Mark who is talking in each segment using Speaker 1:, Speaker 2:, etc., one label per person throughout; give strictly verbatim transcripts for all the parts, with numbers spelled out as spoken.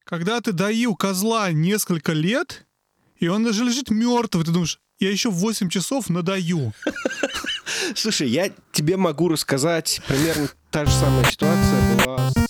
Speaker 1: Когда ты доил козла несколько лет, и он даже лежит мертвый, ты думаешь, я еще восемь часов надою.
Speaker 2: Слушай, я тебе могу рассказать, примерно та же самая ситуация была с...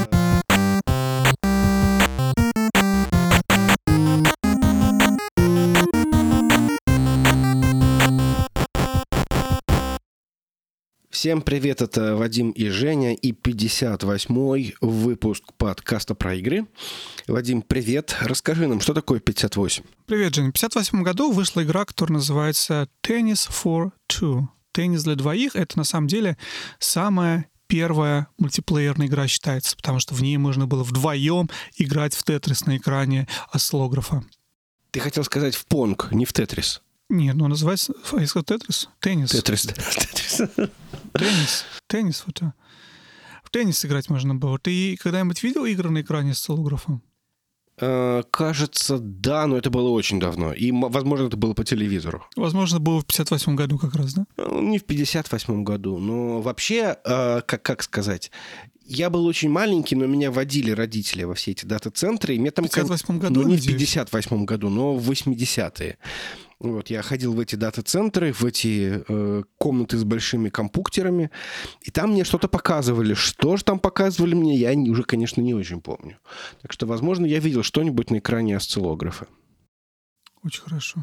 Speaker 2: Всем привет, это Вадим и Женя, и пятьдесят восьмой выпуск подкаста про игры. Вадим, привет. Расскажи нам, что такое пятьдесят восемь?
Speaker 1: Привет, Женя. В пятьдесят восьмом году вышла игра, которая называется Tennis for Two. Теннис для двоих — это на самом деле самая первая мультиплеерная игра считается, потому что в ней можно было вдвоем играть в Тетрис на экране осциллографа.
Speaker 2: Ты хотел сказать в Понг, не в Тетрис.
Speaker 1: Нет, ну называется, я сказал Тетрис? Теннис.
Speaker 2: Тетрис, да. Тетрис.
Speaker 1: Теннис. Теннис, вот. В теннис играть можно было. Ты когда-нибудь видел игры на экране с осциллографом?
Speaker 2: Э, кажется, да, но это было очень давно. И, возможно, это было по телевизору.
Speaker 1: Возможно, было в пятьдесят восьмом году как раз, да?
Speaker 2: Не в пятьдесят восьмом году, но вообще, э, как, как сказать... Я был очень маленький, но меня водили родители во все эти дата-центры. И мне там,
Speaker 1: в пятьдесят восьмом году?
Speaker 2: Ну, не в пятьдесят восьмом году, но в восьмидесятые. Вот, я ходил в эти дата-центры, в эти э, комнаты с большими компьютерами, и там мне что-то показывали. Что же там показывали мне, я уже, конечно, не очень помню. Так что, возможно, я видел что-нибудь на экране осциллографа.
Speaker 1: Очень хорошо.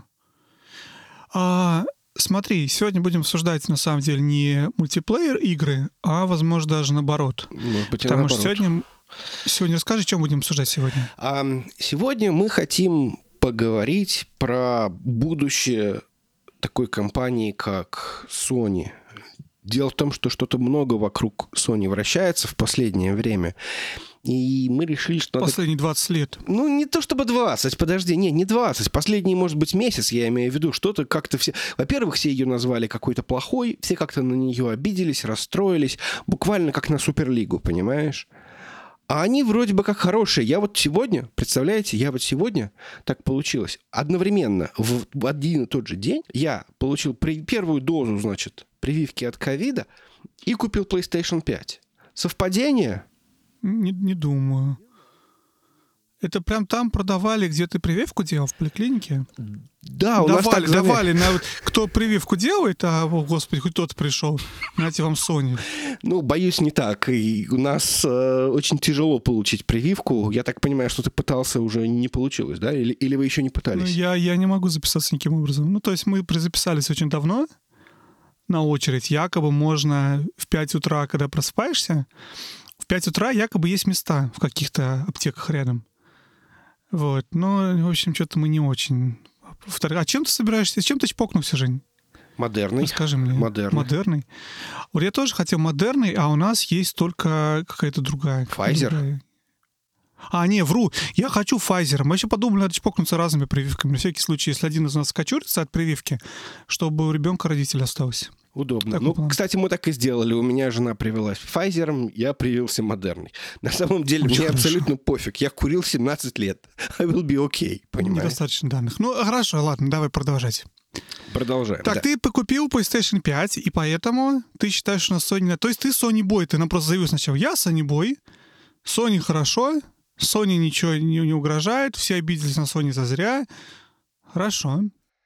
Speaker 1: А... Смотри, сегодня будем обсуждать, на самом деле, не мультиплеер игры, а, возможно, даже наоборот.
Speaker 2: Может быть, и
Speaker 1: Потому
Speaker 2: наоборот.
Speaker 1: что сегодня... Сегодня расскажи, чем будем обсуждать сегодня.
Speaker 2: А, сегодня мы хотим поговорить про будущее такой компании, как Sony. Дело в том, что что-то много вокруг Sony вращается в последнее время. И мы решили, что...
Speaker 1: Последние надо... двадцать лет.
Speaker 2: Ну, не то чтобы двадцать, подожди. Не, не двадцать. Последний, может быть, месяц, я имею в виду. Что-то как-то все... Во-первых, все ее назвали какой-то плохой, все как-то на нее обиделись, расстроились. Буквально как на Суперлигу, понимаешь? А они вроде бы как хорошие. Я вот сегодня, представляете, я вот сегодня, так получилось, одновременно в один и тот же день я получил при... первую дозу, значит, прививки от ковида и купил PlayStation пять. Совпадение?
Speaker 1: Не, не думаю. Это прям там продавали, где ты прививку делал, в поликлинике?
Speaker 2: Да, у
Speaker 1: давали,
Speaker 2: нас так
Speaker 1: давали. На, кто прививку делает, а, о, господи, хоть тот пришел. Знаете, вам Sony.
Speaker 2: Ну, боюсь, не так. И у нас э, очень тяжело получить прививку. Я так понимаю, что ты пытался, уже не получилось, да? Или, или вы еще не пытались?
Speaker 1: Ну, я, я не могу записаться никаким образом. Ну, то есть мы записались очень давно на очередь. Якобы можно в пять утра, когда просыпаешься, в пять утра якобы есть места в каких-то аптеках рядом. Вот. Но, в общем, что-то мы не очень... А чем ты собираешься? Чем ты чпокнулся, Жень?
Speaker 2: Модерный.
Speaker 1: Расскажи мне.
Speaker 2: Модерный.
Speaker 1: Модерный. Вот я тоже хотел модерный, а у нас есть только какая-то другая.
Speaker 2: Pfizer?
Speaker 1: Другая. А, не, вру. Я хочу Pfizer. Мы еще подумали, надо чпокнуться разными прививками. На всякий случай, если один из нас скачурится от прививки, чтобы у ребенка родитель остался.
Speaker 2: Удобно.
Speaker 1: Так,
Speaker 2: ну,
Speaker 1: план.
Speaker 2: Кстати, мы так и сделали. У меня жена привилась Pfizer, я привился модерной. На самом деле,
Speaker 1: Очень
Speaker 2: мне
Speaker 1: хорошо.
Speaker 2: абсолютно пофиг. Я курил семнадцать лет. I will be okay, понимаешь?
Speaker 1: Недостаточно данных. Ну, хорошо, ладно, давай продолжать.
Speaker 2: Продолжаем.
Speaker 1: Так,
Speaker 2: да.
Speaker 1: ты купил PlayStation пять, и поэтому ты считаешь, что на Sony... То есть ты Sony Boy, ты нам просто заявил сначала, я Sony Boy, Sony хорошо, Sony ничего не, не угрожает, все обиделись на Sony зазря. Хорошо.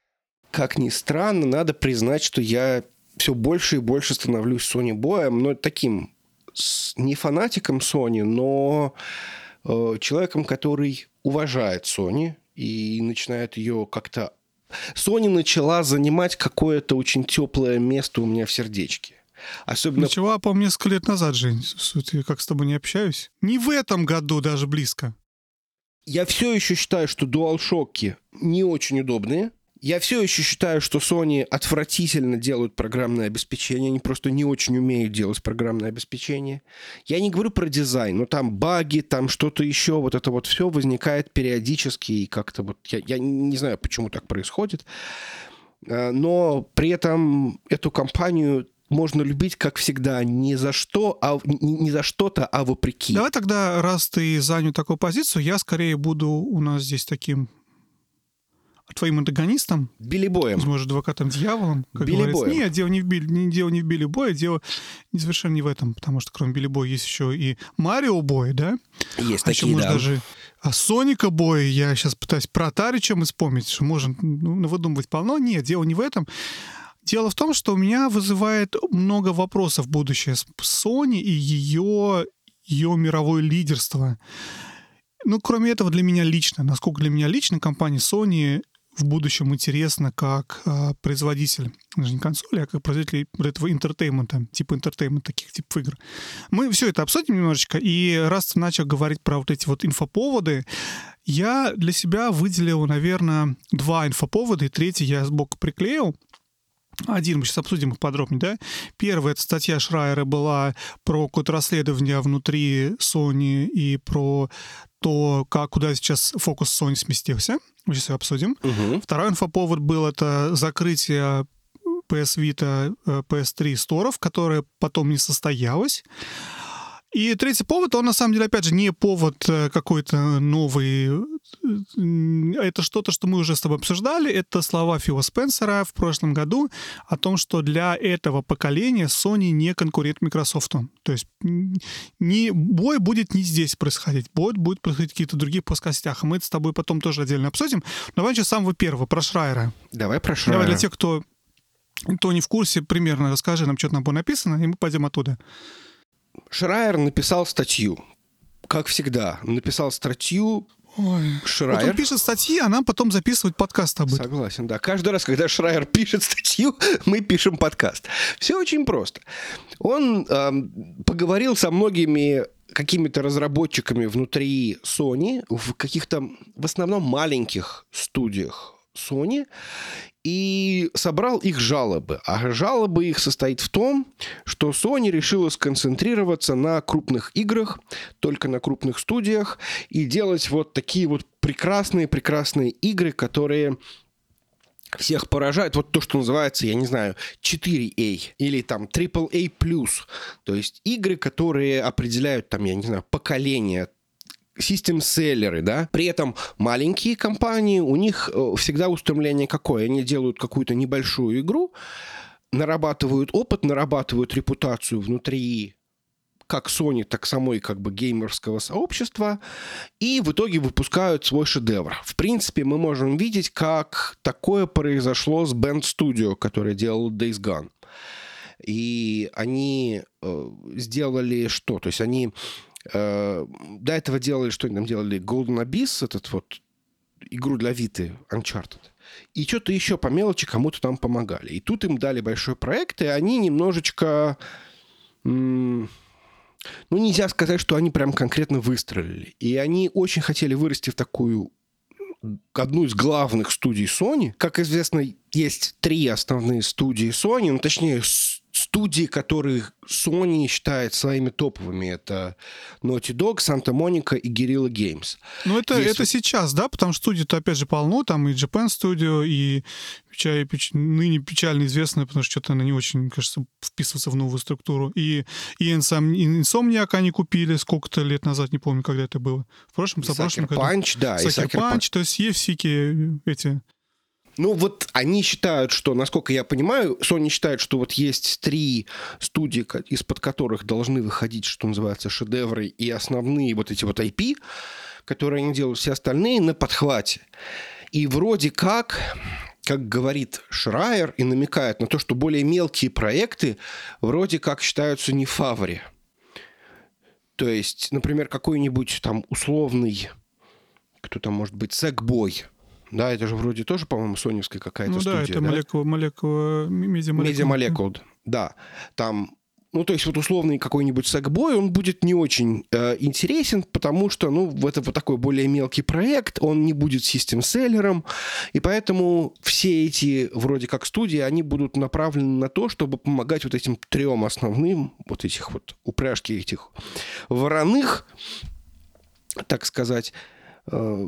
Speaker 2: Как ни странно, надо признать, что я все больше и больше становлюсь Sony Boy, но таким не фанатиком Sony, но э, человеком, который уважает Sony и начинает ее как-то... Sony начала занимать какое-то очень теплое место у меня в сердечке. Особенно...
Speaker 1: Начала, по-моему, несколько лет назад, Жень. Я как с тобой не общаюсь. Не в этом году даже близко.
Speaker 2: Я все еще считаю, что DualShock не очень удобные. Я все еще считаю, что Sony отвратительно делают программное обеспечение. Они просто не очень умеют делать программное обеспечение. Я не говорю про дизайн, но там баги, там что-то еще. Вот это вот все возникает периодически. И как-то вот... Я, я не знаю, почему так происходит. Но при этом эту компанию можно любить, как всегда, не за что, а не за что-то, а вопреки.
Speaker 1: Давай тогда, раз ты занял такую позицию, я скорее буду у нас здесь таким... твоим антагонистом,
Speaker 2: Билли Боем.
Speaker 1: может, адвокатом дьяволом, как
Speaker 2: Билли
Speaker 1: говорится.
Speaker 2: Боем.
Speaker 1: Нет, дело не в Билли, не, дело не в Билли Бое, дело не совершенно не в этом, потому что кроме Билли Боя есть еще и Марио Бой, да?
Speaker 2: Есть
Speaker 1: а еще,
Speaker 2: такие,
Speaker 1: может,
Speaker 2: да.
Speaker 1: даже А Соника Бой я сейчас пытаюсь про Atari чем вспомнить, что можно ну, выдумывать полно. Нет, дело не в этом. Дело в том, что у меня вызывает много вопросов будущее с Sony и ее, ее мировое лидерство. Ну, кроме этого, для меня лично, насколько для меня лично компания Sony в будущем интересна как а, производитель, даже не консоли, а как производитель этого интертеймента, типа интертеймента, таких типов игр. Мы все это обсудим немножечко, и раз ты начал говорить про вот эти вот инфоповоды, я для себя выделил, наверное, два инфоповода, и третий я сбоку приклеил. Один, мы сейчас обсудим их подробнее, да? Первая, это статья Шрайера была про какое-то расследование внутри Sony и про то, как, куда сейчас фокус Sony сместился. Мы сейчас ее обсудим. Угу. Второй инфоповод был, это закрытие пи эс Vita, пи эс три сторов, которое потом не состоялось. И третий повод, он на самом деле, опять же, не повод какой-то новый. Это что-то, что мы уже с тобой обсуждали. Это слова Фила Спенсера в прошлом году о том, что для этого поколения Sony не конкурент Microsoft. То есть не, бой будет не здесь происходить, бой будет происходить в каких-то других плоскостях. Мы это с тобой потом тоже отдельно обсудим. Давай сейчас с самого первого, про Шрайера.
Speaker 2: Давай про Шрайера.
Speaker 1: Давай для тех, кто, кто не в курсе, примерно расскажи нам, что там было написано, и мы пойдем оттуда.
Speaker 2: Шрайер написал статью. Как всегда, написал статью.
Speaker 1: Ой.
Speaker 2: Шрайер.
Speaker 1: Вот он пишет статьи, а нам потом записывать подкаст об этом.
Speaker 2: Согласен, да. Каждый раз, когда Шрайер пишет статью, мы пишем подкаст. Все очень просто. Он э, поговорил со многими какими-то разработчиками внутри Sony, в каких-то, в основном, маленьких студиях Sony, и собрал их жалобы. А жалобы их состоит в том, что Sony решила сконцентрироваться на крупных играх, только на крупных студиях, и делать вот такие вот прекрасные-прекрасные игры, которые всех поражают. Вот то, что называется, я не знаю, четыре А или там трипл эй плюс. То есть игры, которые определяют там, я не знаю, поколение, систем-селлеры, да. При этом маленькие компании, у них всегда устремление какое? Они делают какую-то небольшую игру, нарабатывают опыт, нарабатывают репутацию внутри как Sony, так самой как бы геймерского сообщества, и в итоге выпускают свой шедевр. В принципе, мы можем видеть, как такое произошло с Band Studio, который делал Days Gone. И они э, сделали что? То есть они до этого делали, что они там делали? Golden Abyss, этот вот игру для Vita, Uncharted. И что-то еще по мелочи кому-то там помогали. И тут им дали большой проект, и они немножечко... М- ну, нельзя сказать, что они прям конкретно выстрелили. И они очень хотели вырасти в такую... одну из главных студий Sony. Как известно, есть три основные студии Sony, ну, точнее, студии, которые Sony считает своими топовыми. Это Naughty Dog, Santa Monica и Guerrilla Games.
Speaker 1: Ну, это,
Speaker 2: Есть...
Speaker 1: это сейчас, да? Потому что студий-то, опять же, полно. Там и Japan Studio, и печаль, печ... ныне печально известная, потому что что-то она не очень, кажется, вписывается в новую структуру. И, и Insomniac они купили сколько-то лет назад, не помню, когда это было. В прошлом, в прошлом году.
Speaker 2: Punch, да.
Speaker 1: Sucker Punch, то есть есть всякие эти...
Speaker 2: Ну, вот они считают, что, насколько я понимаю, Sony считает, что вот есть три студии, из-под которых должны выходить, что называется, шедевры и основные вот эти вот ай пи, которые они делают, все остальные на подхвате. И вроде как, как говорит Шрайер и намекает на то, что более мелкие проекты вроде как считаются не в фаворе. То есть, например, какой-нибудь там условный, кто там может быть, Sackboy. Да, это же вроде тоже, по-моему, соневская какая-то
Speaker 1: ну,
Speaker 2: студия.
Speaker 1: Да, это
Speaker 2: да?
Speaker 1: молекула, молекула, медиамолекула.
Speaker 2: Медиамолекул, да. Там, ну, то есть вот условный какой-нибудь Sackboy, он будет не очень э, интересен, потому что, ну, это вот такой более мелкий проект, он не будет систем-селлером, и поэтому все эти, вроде как, студии, они будут направлены на то, чтобы помогать вот этим трем основным, вот этих вот упряжки этих вороных, так сказать, э,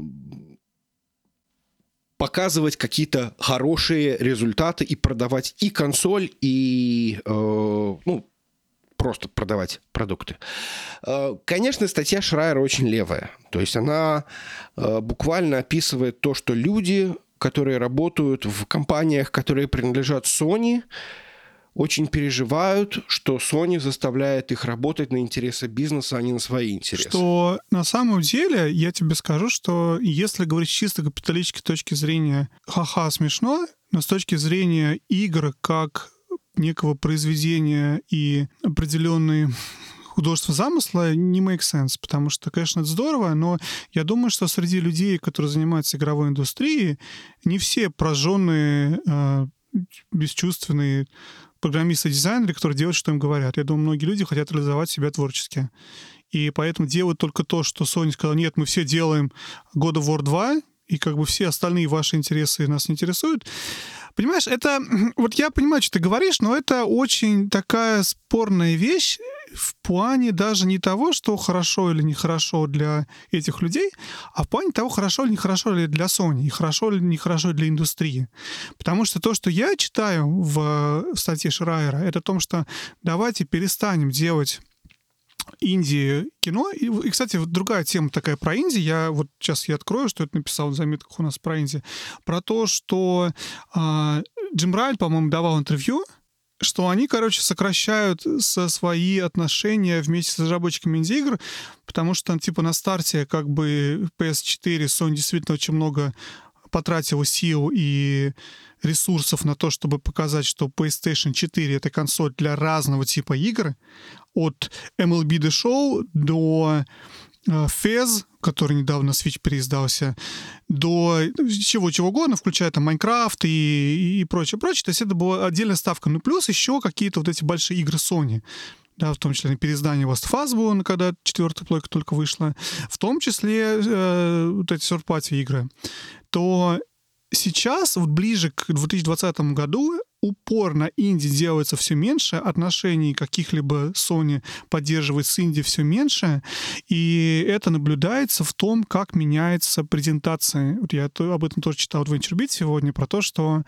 Speaker 2: показывать какие-то хорошие результаты и продавать и консоль, и э, ну, просто продавать продукты. Э, конечно, статья Шрайера очень левая. То есть она э, буквально описывает то, что люди, которые работают в компаниях, которые принадлежат Sony, очень переживают, что Sony заставляет их работать на интересы бизнеса, а не на свои интересы.
Speaker 1: Что на самом деле, я тебе скажу, что если говорить с чисто капиталистической точки зрения, ха-ха, смешно, но с точки зрения игр как некого произведения и определенной художественного замысла не make sense, потому что, конечно, это здорово, но я думаю, что среди людей, которые занимаются игровой индустрией, не все прожженные, э, бесчувственные программисты и дизайнеры, которые делают, что им говорят. Я думаю, многие люди хотят реализовать себя творчески. И поэтому делают только то, что Sony сказала, нет, мы все делаем God of War два, и как бы все остальные ваши интересы нас не интересуют. Понимаешь, это... Вот я понимаю, что ты говоришь, но это очень такая спорная вещь в плане даже не того, что хорошо или нехорошо для этих людей, а в плане того, хорошо или нехорошо ли для Sony, и хорошо или нехорошо для индустрии. Потому что то, что я читаю в статье Шрайера, это о том, что давайте перестанем делать инди-кино. И, и, кстати, вот другая тема такая про инди. Я вот сейчас я открою, что это написал в заметках у нас про инди. Про то, что э, Джим Райан, по-моему, давал интервью, что они, короче, сокращают со свои отношения вместе с разработчиками инди-игр, потому что, типа, на старте как бы пи эс четыре Sony действительно очень много потратила сил и ресурсов на то, чтобы показать, что PlayStation четыре — это консоль для разного типа игр, от эм эл би The Show до э, Fez, который недавно на Switch переиздался, до чего-чего угодно, включая там Майнкрафт и, и прочее, прочее. То есть это была отдельная ставка. Ну, плюс еще какие-то вот эти большие игры Sony. Да, в том числе на переиздании Last of Us было, когда четвертая плойка только вышла, в том числе э, вот эти third-party игры, то сейчас, вот ближе к две тысячи двадцатому году, упор на инди делается все меньше, отношений каких-либо Sony поддерживает с инди все меньше, и это наблюдается в том, как меняется презентация. Вот я об этом тоже читал в VentureBeat сегодня, про то, что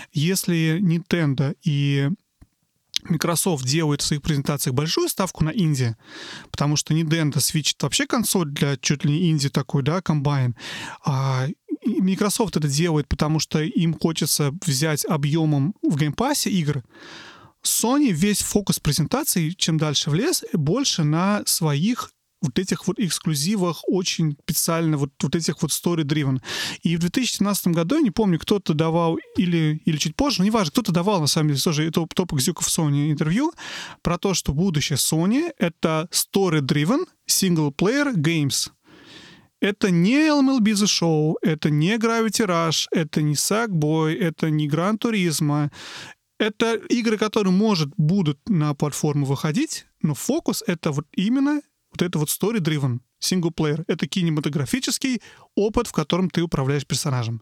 Speaker 1: если Nintendo и Microsoft делает в своих презентациях большую ставку на инди, потому что Nintendo Switch — это вообще консоль для чуть ли не инди такой, да, комбайн. А Microsoft это делает, потому что им хочется взять объемом в геймпассе игр. Sony весь фокус презентации, чем дальше в лес, больше на своих вот этих вот эксклюзивах, очень специально вот, вот этих вот story-driven. И в две тысячи семнадцатом году, я не помню, кто-то давал, или, или чуть позже, но неважно, кто-то давал, на самом деле, тоже топ, топ-экзюков Sony интервью про то, что будущее Sony — это story-driven single-player games. Это не эм эл би The Show, это не Gravity Rush, это не Sackboy, это не Gran Turismo. Это игры, которые, может, будут на платформу выходить, но фокус — это вот именно вот это вот story-driven, single-player. Это кинематографический опыт, в котором ты управляешь персонажем.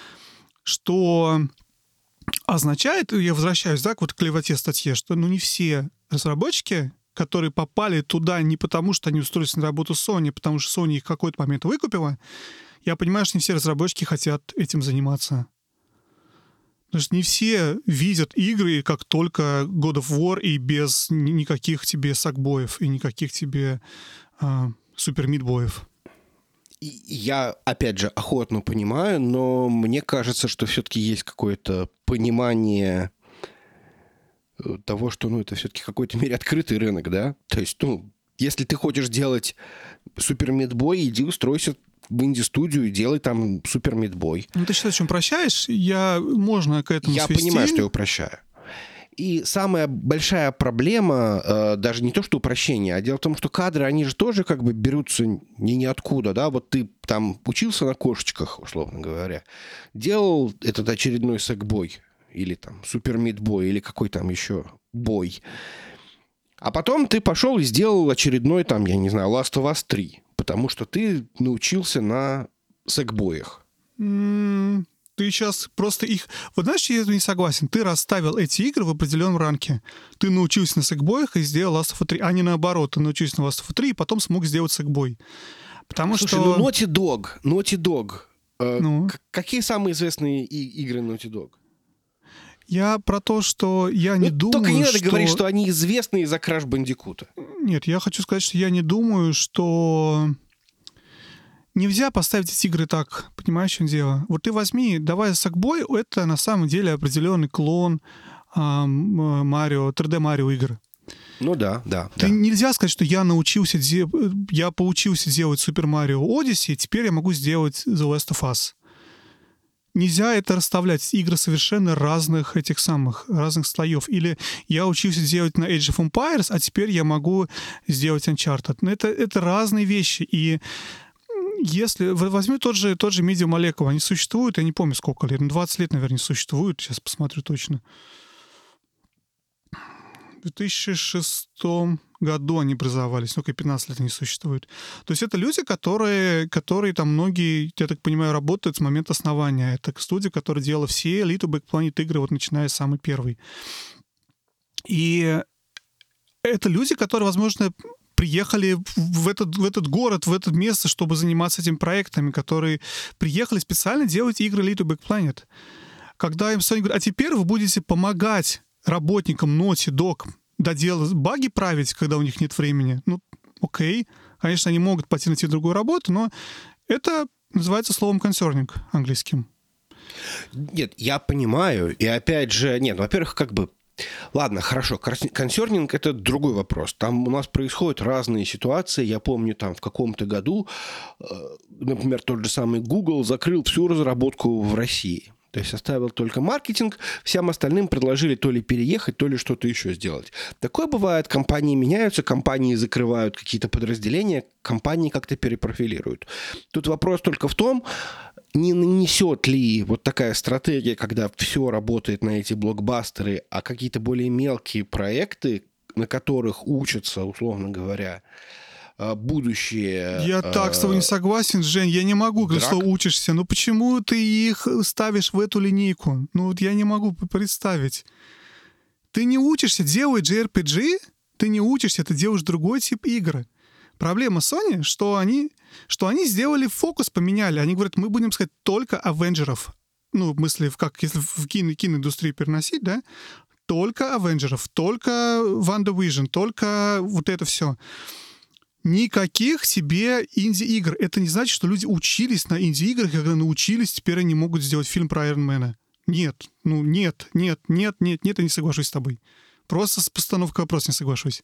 Speaker 1: Что означает, я возвращаюсь, да, к вот клевоте статье, что ну не все разработчики, которые попали туда не потому, что они устроились на работу Sony, потому что Sony их в какой-то момент выкупила, я понимаю, что не все разработчики хотят этим заниматься. Потому что не все видят игры как только God of War и без никаких тебе сакбоев и никаких тебе э, супер-мидбоев.
Speaker 2: Я, опять же, охотно понимаю, но мне кажется, что все-таки есть какое-то понимание того, что, ну, это все-таки в какой-то мере открытый рынок, да? То есть, ну, если ты хочешь делать супер-мидбой, иди устройся в инди-студию и делай там супер-мидбой.
Speaker 1: Ну, ты сейчас очень прощаешь, я, можно к этому
Speaker 2: я
Speaker 1: свести.
Speaker 2: Я понимаю, что я упрощаю. И самая большая проблема, э, даже не то, что упрощение, а дело в том, что кадры, они же тоже как бы берутся не ниоткуда, да, вот ты там учился на кошечках, условно говоря, делал этот очередной сэкбой, или там супер-мидбой, или какой там еще бой, а потом ты пошел и сделал очередной там, я не знаю, Last of Us три, потому что ты научился на сэкбоях.
Speaker 1: Mm. Ты сейчас просто их... Вот знаешь, я не согласен. Ты расставил эти игры в определенном ранке. Ты научился на сэкбоях и сделал Last of Us три. А не наоборот. Ты научился на Last of Us три и потом смог сделать сэкбой. Потому
Speaker 2: Слушай,
Speaker 1: что...
Speaker 2: ну Naughty Dog. Naughty Dog. Э,
Speaker 1: ну?
Speaker 2: к- какие самые известные и- игры Naughty Dog?
Speaker 1: Я про то, что я не
Speaker 2: ну,
Speaker 1: думаю,
Speaker 2: Только не надо
Speaker 1: что...
Speaker 2: говорить, что они известны из-за Crash Bandicoot.
Speaker 1: Нет, я хочу сказать, что я не думаю, что... Нельзя поставить эти игры так, понимаешь, в чем дело? Вот ты возьми, давай Sackboy, это на самом деле определенный клон а, Марио, три дэ Марио игр.
Speaker 2: Ну да, да.
Speaker 1: Ты
Speaker 2: да.
Speaker 1: Нельзя сказать, что я научился, де... я поучился делать Super Mario Odyssey, теперь я могу сделать The Last of Us. Нельзя это расставлять. Игры совершенно разных этих самых, разных слоев. Или я учился делать на Age of Empires, а теперь я могу сделать Uncharted. Но это, это разные вещи. И если... Возьми тот же, тот же Media Molecule. Они существуют, я не помню сколько лет. двадцать лет, наверное, существуют. Сейчас посмотрю точно. В две тысячи шестом году они образовались, ну-ка, пятнадцать лет они существуют. То есть это люди, которые, которые там многие, я так понимаю, работают с момента основания. Это студия, которая делала все Little Big Planet игры, вот начиная с самой первой. И это люди, которые, возможно, приехали в этот, в этот город, в это место, чтобы заниматься этими проектами, которые приехали специально делать игры Little Big Planet. Когда им Sony говорит, а теперь вы будете помогать работникам Naughty Dog доделать баги править, когда у них нет времени. Ну, окей. Конечно, они могут пойти найти другую работу, но это называется словом concerning английским.
Speaker 2: Нет, я понимаю. И опять же, нет, ну, во-первых, как бы ладно, хорошо, консернинг — это другой вопрос. Там у нас происходят разные ситуации. Я помню, там в каком-то году, например, тот же самый Google закрыл всю разработку в России. То есть оставил только маркетинг, всем остальным предложили то ли переехать, то ли что-то еще сделать. Такое бывает, компании меняются, компании закрывают какие-то подразделения, компании как-то перепрофилируют. Тут вопрос только в том, не нанесет ли вот такая стратегия, когда все работает на эти блокбастеры, а какие-то более мелкие проекты, на которых учатся, условно говоря, будущее...
Speaker 1: Я э, так с тобой не согласен, Жень. Я не могу, когда что учишься. Ну почему ты их ставишь в эту линейку? Ну вот я не могу представить. Ты не учишься делать джей ар пи джи, ты не учишься, ты делаешь другой тип игры. Проблема Sony, что они, что они сделали фокус, поменяли. Они говорят, мы будем сказать только Авенджеров. Ну, в смысле, как если в кино, киноиндустрию переносить, да? Только Авенджеров, только WandaVision, только вот это все. Никаких себе инди-игр. Это не значит, что люди учились на инди-играх, когда научились, теперь они могут сделать фильм про Айронмена. Нет. Ну, нет, нет, нет, нет, нет, я не соглашусь с тобой. Просто с постановкой вопроса не соглашусь.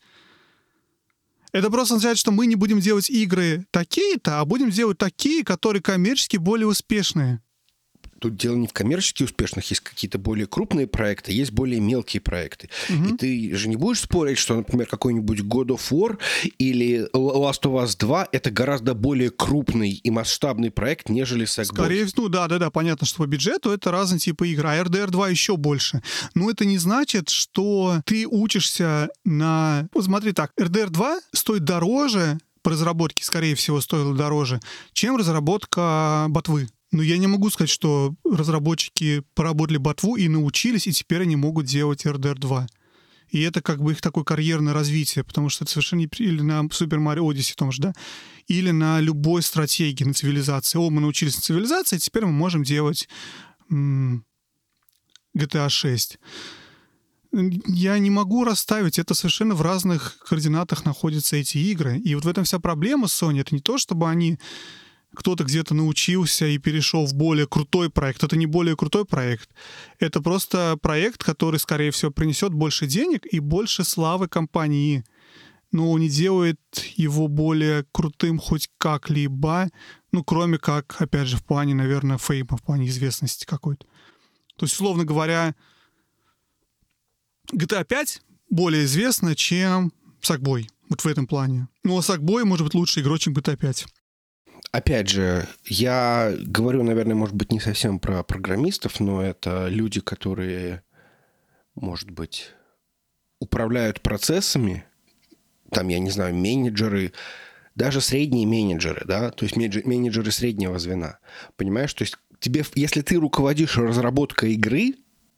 Speaker 1: Это просто означает, что мы не будем делать игры такие-то, а будем делать такие, которые коммерчески более успешные.
Speaker 2: Тут дело не в коммерчески успешных, есть какие-то более крупные проекты, есть более мелкие проекты. Угу. И ты же не будешь спорить, что, например, какой-нибудь God of War или Last of Us два — это гораздо более крупный и масштабный проект, нежели Sackboy.
Speaker 1: Скорее всего, ну да, да, да, понятно, что по бюджету это разные типы игр, а эр ди ар два еще больше. Но это не значит, что ты учишься на... Вот смотри так, эр ди ар два стоит дороже, по разработке, скорее всего, стоило дороже, чем разработка ботвы. Но я не могу сказать, что разработчики поработали ботву и научились, и теперь они могут делать эр ди ар два. И это как бы их такое карьерное развитие, потому что это совершенно не... Или на Super Mario Odyssey том же, да? Или на любой стратегии, на цивилизации. О, мы научились на цивилизации, теперь мы можем делать м- джи ти эй шесть. Я не могу расставить, это совершенно в разных координатах находятся эти игры. И вот в этом вся проблема Sony. Это не то, чтобы они... кто-то где-то научился и перешел в более крутой проект. Это не более крутой проект. Это просто проект, который, скорее всего, принесет больше денег и больше славы компании. Но не делает его более крутым хоть как-либо, ну, кроме как, опять же, в плане, наверное, фейма, в плане известности какой-то. То есть, условно говоря, джи ти эй пять более известна, чем Sackboy. Вот в этом плане. Но Sackboy может быть лучшей игрой, чем джи ти эй пять.
Speaker 2: Опять же, я говорю, наверное, может быть, не совсем про программистов, но это люди, которые, может быть, управляют процессами, там, я не знаю, менеджеры, даже средние менеджеры, да, то есть менеджеры среднего звена, понимаешь? То есть тебе, если ты руководишь разработкой игры,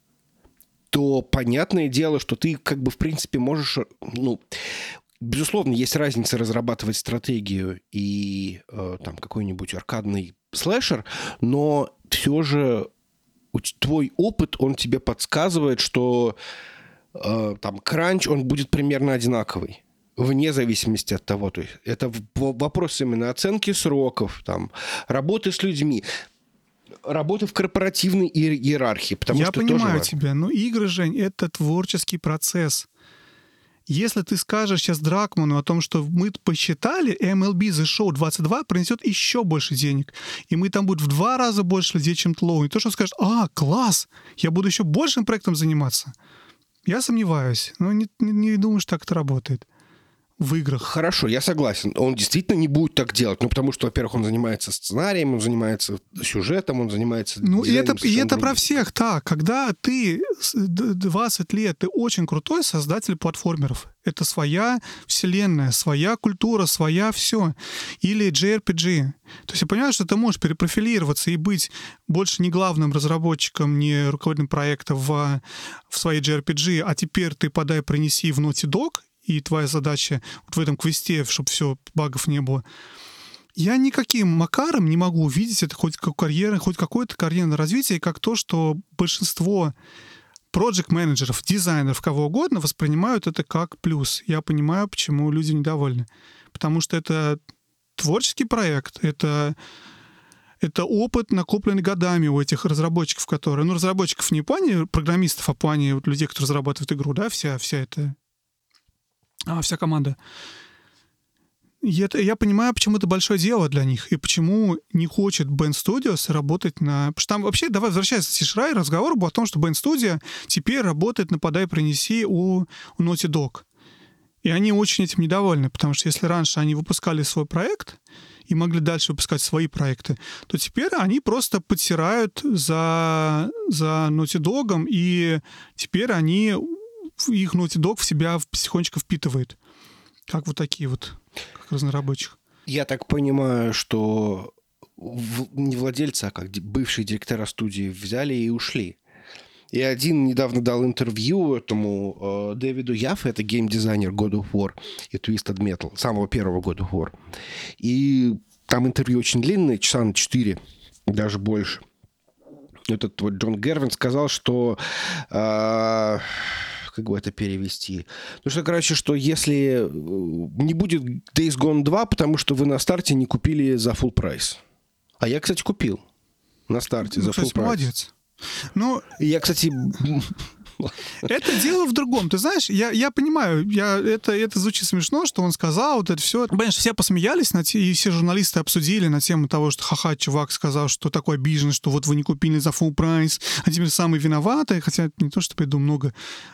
Speaker 2: то понятное дело, что ты как бы в принципе можешь, ну... Безусловно, есть разница разрабатывать стратегию и э, там какой-нибудь аркадный слэшер, но все же твой опыт, он тебе подсказывает, что э, там кранч, он будет примерно одинаковый, вне зависимости от того. То есть это вопрос именно оценки сроков, там, работы с людьми. Работа в корпоративной иерархии, потому
Speaker 1: Я
Speaker 2: что
Speaker 1: понимаю
Speaker 2: тоже
Speaker 1: тебя, но игры, Жень, это творческий процесс. Если ты скажешь сейчас Дракману о том, что мы посчитали, эм эл би The Show двадцать два принесет еще больше денег, и мы там будет в два раза больше людей, чем Тлоу, и то, что он скажет, а, класс, я буду еще большим проектом заниматься. Я сомневаюсь, но не, не, не думаю, что так это работает в играх.
Speaker 2: Хорошо, я согласен. Он действительно не будет так делать. Ну, потому что, во-первых, он занимается сценарием, он занимается сюжетом, он занимается...
Speaker 1: Ну, и это, и это
Speaker 2: другим.
Speaker 1: про всех так. Когда ты двадцать лет, ты очень крутой создатель платформеров. Это своя вселенная, своя культура, своя все. Или джей ар пи джи. То есть я понимаю, что ты можешь перепрофилироваться и быть больше не главным разработчиком, не руководителем проекта в, в своей джей ар пи джи, а теперь ты подай, принеси в Naughty Dog, и твоя задача вот в этом квесте, чтобы все, багов не было. Я никаким макаром не могу увидеть это хоть как карьера, хоть какое-то карьерное развитие, как то, что большинство проект-менеджеров, дизайнеров, кого угодно воспринимают это как плюс. Я понимаю, почему люди недовольны. Потому что это творческий проект, это, это опыт, накопленный годами у этих разработчиков, которые... Ну, разработчиков не в плане программистов, а в плане вот людей, которые разрабатывают игру, да, вся, вся эта... А, вся команда. И это, я понимаю, почему это большое дело для них, и почему не хочет Band Studios работать на... Потому что там вообще, давай возвращаться к Сишрай, разговор был о том, что Band Studio теперь работает на подай принеси у, у Naughty Dog. И они очень этим недовольны, потому что если раньше они выпускали свой проект и могли дальше выпускать свои проекты, то теперь они просто подтирают за, за Naughty Dog, и теперь они... их Naughty Dog в себя потихонечку впитывает. Как вот такие вот, как разнорабочих.
Speaker 2: Я так понимаю, что в... не владельцы, а как бывшие директора студии взяли и ушли. И один недавно дал интервью этому э, Дэвиду Яффе, это геймдизайнер God of War и Twisted Metal, самого первого God of War. И там интервью очень длинное, часа на четыре, даже больше. Этот вот Джон Гервин сказал, что... Э, как бы это перевести? Ну что, короче, что если не будет Days Gone два, потому что вы на старте не купили за full прайс. А я, кстати, купил на старте
Speaker 1: ну,
Speaker 2: за full прайс.
Speaker 1: Молодец. Ну,
Speaker 2: и я, кстати...
Speaker 1: Это дело в другом. Ты знаешь, я, я понимаю, я, это, это звучит смешно, что он сказал, вот это все. Понимаешь, все посмеялись, на те, и все журналисты обсудили на тему того, что ха-ха, чувак сказал, что такой обижен, что вот вы не купили за full прайс, а теперь самый виноватый. Хотя не то, что я думаю, много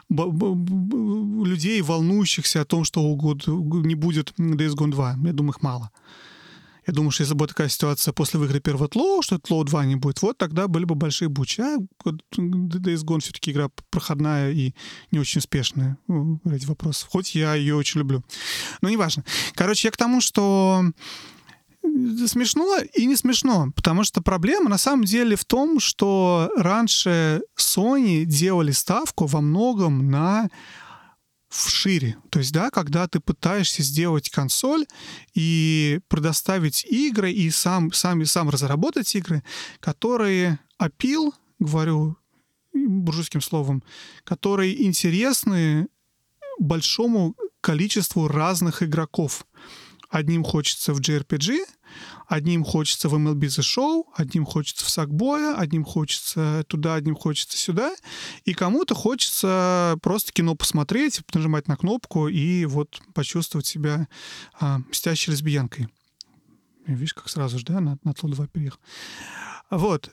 Speaker 1: людей, волнующихся о том, что не будет Days Gone два. Я думаю, их мало. Я думаю, что если бы такая ситуация после выхода первого Тлоу, что Тлоу два не будет, вот тогда были бы большие бучи. А Days Gone все-таки игра проходная и не очень успешная в этих вопросах. Хоть я ее очень люблю. Но неважно. Короче, я к тому, что смешно и не смешно, потому что проблема на самом деле в том, что раньше Sony делали ставку во многом на вшире. То есть, да, когда ты пытаешься сделать консоль и предоставить игры, и сам, сам, сам разработать игры, которые appeal, говорю буржуйским словом, которые интересны большому количеству разных игроков. Одним хочется в джей ар пи джи, одним хочется в эм эл би The Show, одним хочется в Sackboy, одним хочется туда, одним хочется сюда, и кому-то хочется просто кино посмотреть, нажимать на кнопку и вот почувствовать себя а, мстящей лесбиянкой. Видишь, как сразу же, да, на, на Тлоу два переехал. Вот.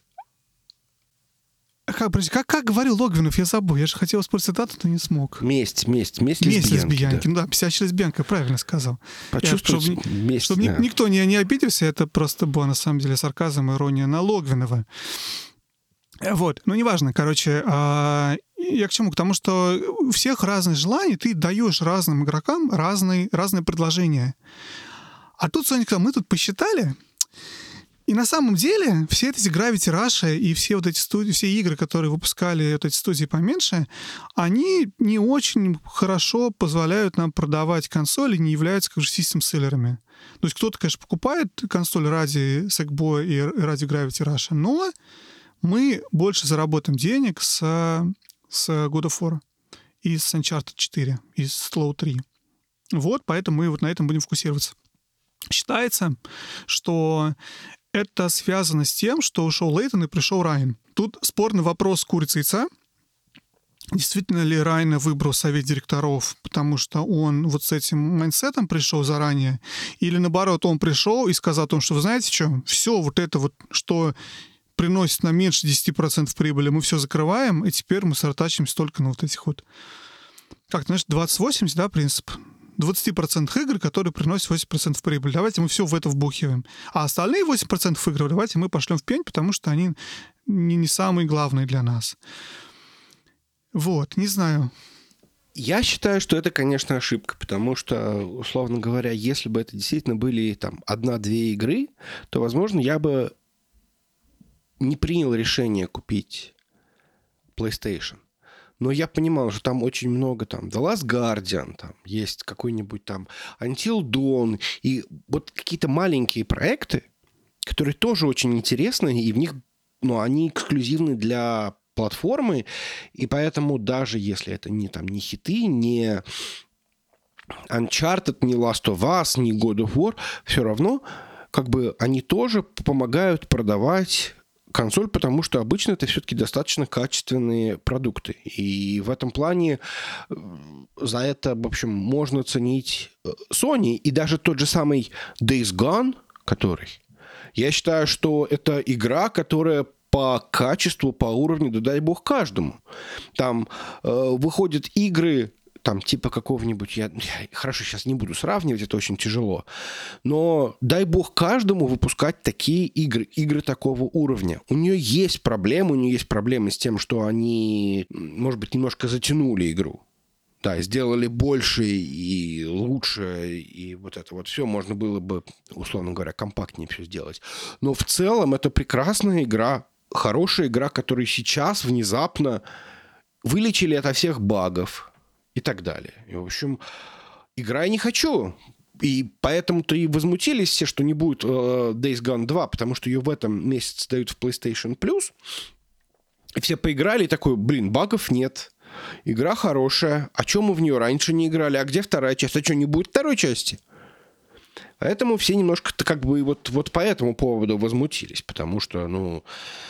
Speaker 1: Как, как, как говорил Логвинов, я забыл. Я же хотел использовать цитату, но не смог.
Speaker 2: Месть, месть, месть
Speaker 1: лесбиянки. Месть лесбиянки,
Speaker 2: да.
Speaker 1: ну да, писящая лесбиянка, правильно сказал.
Speaker 2: Почувствовать
Speaker 1: я, чтобы
Speaker 2: месть,
Speaker 1: чтобы
Speaker 2: да.
Speaker 1: никто не, не обиделся, это просто была на самом деле сарказм и ирония на Логвинова. Вот, ну неважно, короче, а, я к чему? К тому, что у всех разные желания, ты даешь разным игрокам разные, разные предложения. А тут, Соня, мы тут посчитали, и на самом деле все эти Gravity Rush и все вот эти студии, все игры, которые выпускали вот эти студии поменьше, они не очень хорошо позволяют нам продавать консоли, не являются как же систем-селлерами. То есть кто-то, конечно, покупает консоль ради Sackboy и ради Gravity Rush, но мы больше заработаем денег с, с God of War и с Uncharted четыре, и с Тлоу три. Вот, поэтому мы вот на этом будем фокусироваться. Считается, что Это связано с тем, что ушел Лейтон и пришел Райан. Тут спорный вопрос курицы и яйца. Действительно ли Райана выбрал совет директоров, потому что он вот с этим майндсетом пришел заранее? Или наоборот, он пришел и сказал о том, что вы знаете что, все вот это вот, что приносит нам меньше десять процентов прибыли, мы все закрываем, и теперь мы сосредотачиваемся только на вот этих вот, как ты знаешь, двадцать восемьдесят, да, принцип? двадцать процентов игр, которые приносят восемьдесят процентов прибыли. Давайте мы все в это вбухиваем. А остальные восемь процентов игр давайте мы пошлем в пень, потому что они не, не самые главные для нас. Вот, не знаю.
Speaker 2: Я считаю, что это, конечно, ошибка, потому что, условно говоря, если бы это действительно были там одна-две игры, то, возможно, я бы не принял решение купить PlayStation. Но я понимал, что там очень много там The Last Guardian, там есть какой-нибудь там Until Dawn, и вот какие-то маленькие проекты, которые тоже очень интересны, и в них, ну, они эксклюзивны для платформы, и поэтому даже если это не, там, не хиты, не Uncharted, не Last of Us, не God of War, все равно как бы они тоже помогают продавать консоль, потому что обычно это все-таки достаточно качественные продукты. И в этом плане за это, в общем, можно ценить Sony. И даже тот же самый Days Gone, который, я считаю, что это игра, которая по качеству, по уровню, да дай бог каждому. Там э, выходят игры, там типа какого-нибудь, я, я хорошо сейчас не буду сравнивать, это очень тяжело, но дай бог каждому выпускать такие игры, игры такого уровня. У нее есть проблемы, у нее есть проблемы с тем, что они, может быть, немножко затянули игру. Да, сделали больше и лучше, и вот это вот все можно было бы, условно говоря, компактнее все сделать. Но в целом это прекрасная игра, хорошая игра, которую сейчас внезапно вылечили ото всех багов и так далее. И, в общем, игра я не хочу. И поэтому-то и возмутились все, что не будет э, Days Gone два, потому что ее в этом месяце дают в PlayStation Plus. И все поиграли, и такой, блин, багов нет. Игра хорошая. А чё мы в нее раньше не играли? А где вторая часть? А что, не будет второй части? Поэтому все немножко как бы вот, вот по этому поводу возмутились. Потому что, ну...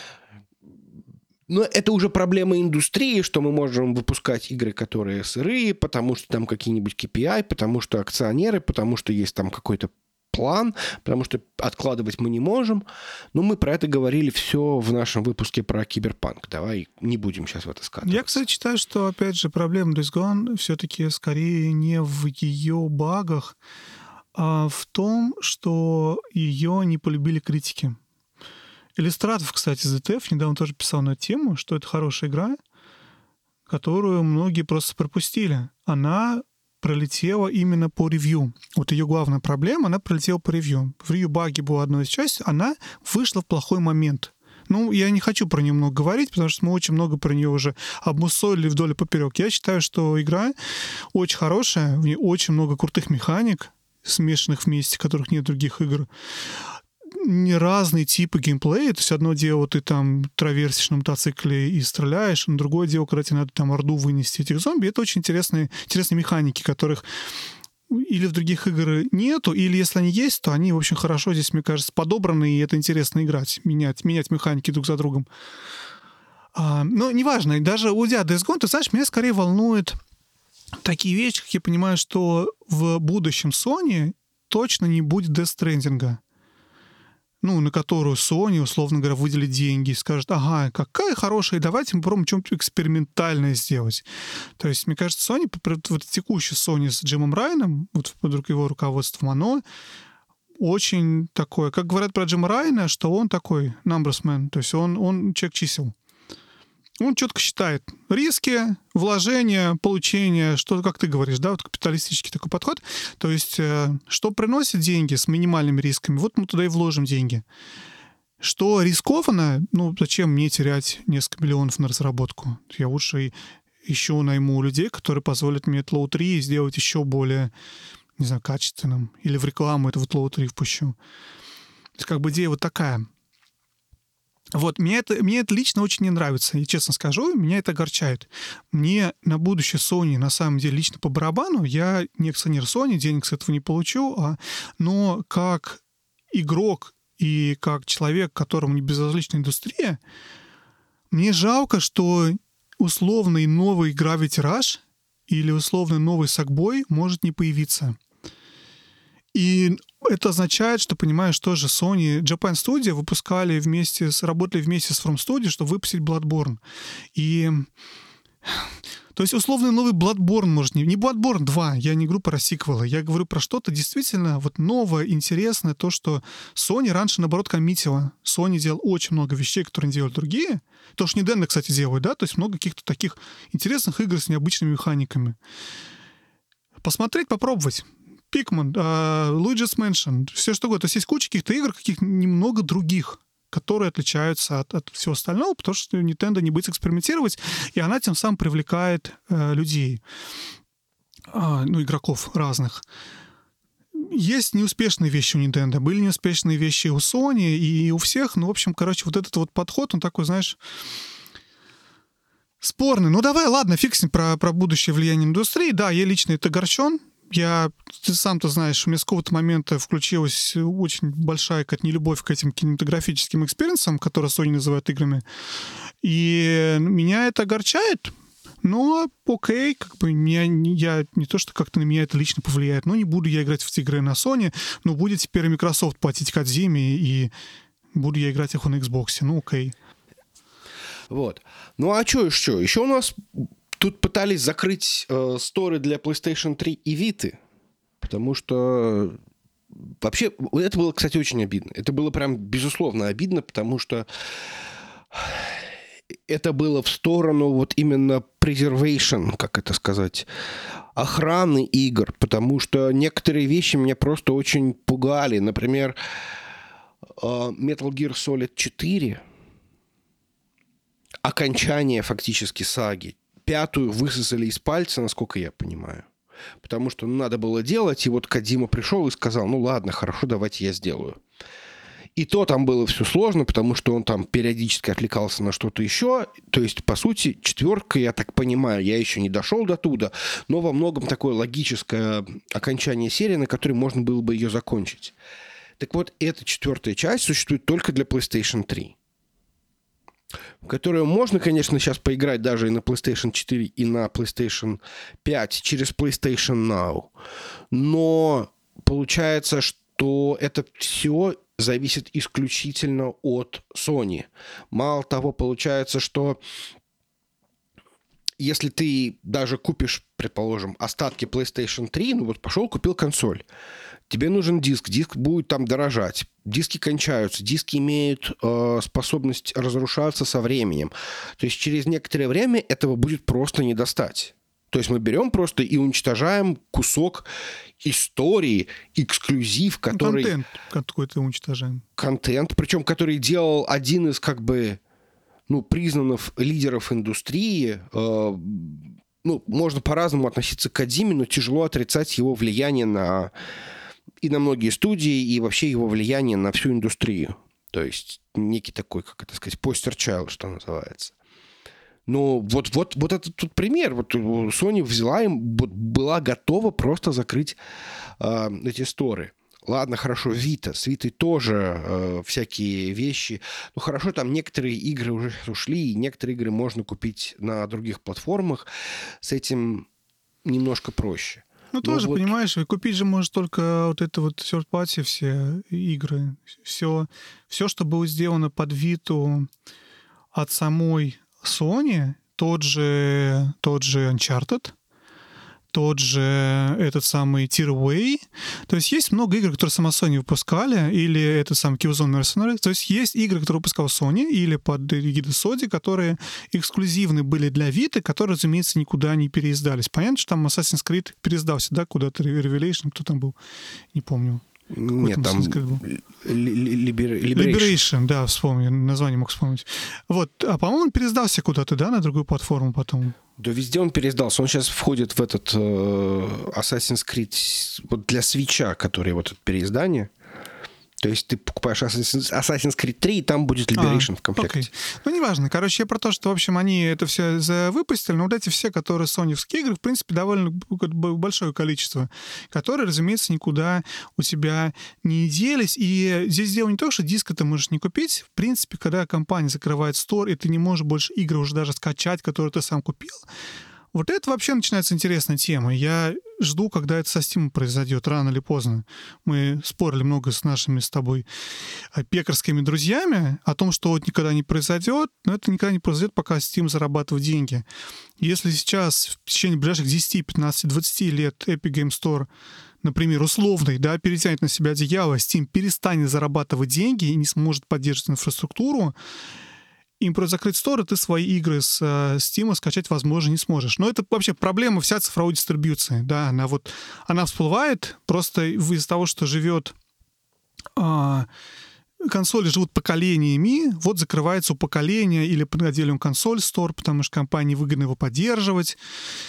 Speaker 2: Но это уже проблема индустрии, что мы можем выпускать игры, которые сырые, потому что там какие-нибудь кей пи ай, потому что акционеры, потому что есть там какой-то план, потому что откладывать мы не можем. Но мы про это говорили все в нашем выпуске про Киберпанк. Давай не будем сейчас в это скатываться.
Speaker 1: Я, кстати, считаю, что, опять же, проблема Days Gone все-таки скорее не в ее багах, а в том, что ее не полюбили критики. Иллюстратов, кстати, зет ти эф недавно тоже писал на эту тему, что это хорошая игра, которую многие просто пропустили. Она пролетела именно по ревью. Вот ее главная проблема, она пролетела по ревью. В ревью баги была одной из частей, она вышла в плохой момент. Ну, я не хочу про нее много говорить, потому что мы очень много про нее уже обмусолили вдоль и поперек. Я считаю, что игра очень хорошая, в ней очень много крутых механик, смешанных вместе, которых нет в других игр. Не разные типы геймплея. То есть одно дело, ты там траверсишь на мотоцикле и стреляешь, а другое дело, когда тебе надо там орду вынести этих зомби. Это очень интересные, интересные механики, которых или в других играх нету, или если они есть, то они, в общем, хорошо здесь, мне кажется, подобраны, и это интересно играть, менять, менять механики друг за другом. А, но неважно, даже уйдя от Days Gone, ты знаешь, меня скорее волнует такие вещи, как я понимаю, что в будущем Sony точно не будет Death Stranding. Ну, на которую Sony, условно говоря, выделит деньги и скажет, ага, какая хорошая, давайте мы попробуем что-нибудь экспериментальное сделать. То есть, мне кажется, Sony, вот текущий Sony с Джимом Райаном, вот под его руководством, оно очень такое, как говорят про Джима Райана, что он такой numbers man, то есть он, он человек чисел. Он четко считает риски, вложения, получения, что, как ты говоришь, да, вот капиталистический такой подход. То есть, э, что приносит деньги с минимальными рисками, вот мы туда и вложим деньги. Что рискованно, ну, зачем мне терять несколько миллионов на разработку? Я лучше еще найму людей, которые позволят мне Тлоу три сделать еще более, не знаю, качественным. Или в рекламу это вот Тлоу три впущу. То есть, как бы идея вот такая. Вот, мне это, мне это лично очень не нравится. И, честно скажу, меня это огорчает. Мне на будущее Sony, на самом деле, лично по барабану. Я не акционер Sony, денег с этого не получу. А, но как игрок и как человек, которому не безразлична индустрия, мне жалко, что условный новый Gravity Rush или условный новый Sackboy может не появиться. И это означает, что, понимаешь, тоже Sony, Japan Studio выпускали вместе, с, работали вместе с From Studio, чтобы выпустить Bloodborne. И... То есть условный новый Bloodborne может не... Не Bloodborne два, я не говорю про сиквелы, я говорю про что-то действительно вот новое, интересное, то, что Sony раньше, наоборот, коммитила. Sony делал очень много вещей, которые не делали другие. То, что Nintendo, кстати, делают, да, то есть много каких-то таких интересных игр с необычными механиками. Посмотреть, попробовать. Pikmin, uh, Luigi's Mansion, все что угодно. То есть есть куча каких-то игр, каких немного других, которые отличаются от, от всего остального, потому что Nintendo не будет экспериментировать, и она тем самым привлекает э, людей, э, ну, игроков разных. Есть неуспешные вещи у Nintendo, были неуспешные вещи у Sony и у всех, ну, в общем, короче, вот этот вот подход, он такой, знаешь, спорный. Ну, давай, ладно, фиг с ним про, про будущее влияние индустрии. Да, я лично это огорчен. Я, ты сам-то знаешь, у меня с какого-то момента включилась очень большая как нелюбовь к этим кинематографическим экспириенсам, которые Sony называют играми. И меня это огорчает. Но окей, как бы меня, я не то, что как-то на меня это лично повлияет, но не буду я играть в эти игры на Sony, но будет теперь Microsoft платить Кодзиме, и буду я играть их на Xbox. Ну окей.
Speaker 2: Вот. Ну а что еще? Еще у нас... Тут пытались закрыть э, сторы для PlayStation три и Vita, потому что вообще это было, кстати, очень обидно. Это было прям безусловно обидно, потому что это было в сторону вот именно preservation, как это сказать, охраны игр, потому что некоторые вещи меня просто очень пугали. Например, э, Metal Gear Solid четыре, окончание фактически саги. Пятую высосали из пальца, насколько я понимаю. Потому что ну, надо было делать, и вот Кодзима пришел и сказал, ну ладно, хорошо, давайте я сделаю. И то там было все сложно, потому что он там периодически отвлекался на что-то еще. То есть, по сути, четверка, я так понимаю, я еще не дошел до туда, но во многом такое логическое окончание серии, на которой можно было бы ее закончить. Так вот, эта четвертая часть существует только для PlayStation три. В которую можно, конечно, сейчас поиграть даже и на PlayStation четыре, и на PlayStation пять через PlayStation Now. Но получается, что это все зависит исключительно от Sony. Мало того, получается, что если ты даже купишь, предположим, остатки PlayStation три, ну вот пошел, купил консоль, тебе нужен диск, диск будет там дорожать, диски кончаются, диски имеют э, способность разрушаться со временем. То есть через некоторое время этого будет просто не достать. То есть мы берем просто и уничтожаем кусок истории, эксклюзив, который...
Speaker 1: Контент какой-то уничтожаем.
Speaker 2: Контент, причем который делал один из как бы ну, признанных лидеров индустрии. Э, ну, можно по-разному относиться к Кодзиме, но тяжело отрицать его влияние на... и на многие студии, и вообще его влияние на всю индустрию. То есть некий такой, как это сказать, постер-чайлд, что называется. Но вот, вот, вот это тут пример. Вот Sony взяла им, вот, была готова просто закрыть э, эти сторы. Ладно, хорошо, Vita. С Vita тоже э, всякие вещи. Ну, хорошо, там некоторые игры уже ушли, и некоторые игры можно купить на других платформах. С этим немножко проще.
Speaker 1: Ну, тоже,
Speaker 2: вот...
Speaker 1: понимаешь, купить же может только вот это вот third party все игры. Все, все, что было сделано под Vita от самой Sony, тот же, тот же Uncharted, тот же этот самый Tearaway. То есть есть много игр, которые сама Sony выпускали, или этот самый Killzone Mercenaries. То есть есть игры, которые выпускала Sony, или под эгидой Sony, которые эксклюзивны были для Vita, которые, разумеется, никуда не переиздались. Понятно, что там Assassin's Creed переиздался, да, куда-то, Revelation, кто там был, не помню.
Speaker 2: Нет, там Liberation.
Speaker 1: Liberation, да, вспомню, название мог вспомнить. Вот, а по-моему, он переиздался куда-то, да, на другую платформу потом.
Speaker 2: Да, везде он переиздался. Он сейчас входит в этот э, Assassin's Creed вот для Switch'а, который вот это переиздание. То есть ты покупаешь Assassin's Creed три, и там будет Liberation а, в комплекте.
Speaker 1: Окей. Ну, неважно. Короче, я про то, что, в общем, они это все выпустили, но вот эти все, которые соневские игры, в принципе, довольно большое количество, которые, разумеется, никуда у тебя не делись. И здесь дело не то, что диск ты можешь не купить. В принципе, когда компания закрывает стор, и ты не можешь больше игры уже даже скачать, которые ты сам купил, вот это вообще начинается интересная тема. Я жду, когда это со Steam произойдет, рано или поздно. Мы спорили много с нашими с тобой пекарскими друзьями о том, что вот никогда не произойдет, но это никогда не произойдет, пока Steam зарабатывает деньги. Если сейчас в течение ближайших десять, пятнадцать, двадцать лет Epic Game Store, например, условный, да, перетянет на себя одеяло, Steam перестанет зарабатывать деньги и не сможет поддерживать инфраструктуру, им просто закрыть стор, и ты свои игры с uh, Steam скачать, возможно, не сможешь. Но это вообще проблема вся цифровой дистрибьюции. Да, она вот она всплывает просто из-за того, что живет uh, консоли живут поколениями, вот закрывается у поколения или под отдельным консоль стор, потому что компании выгодно его поддерживать.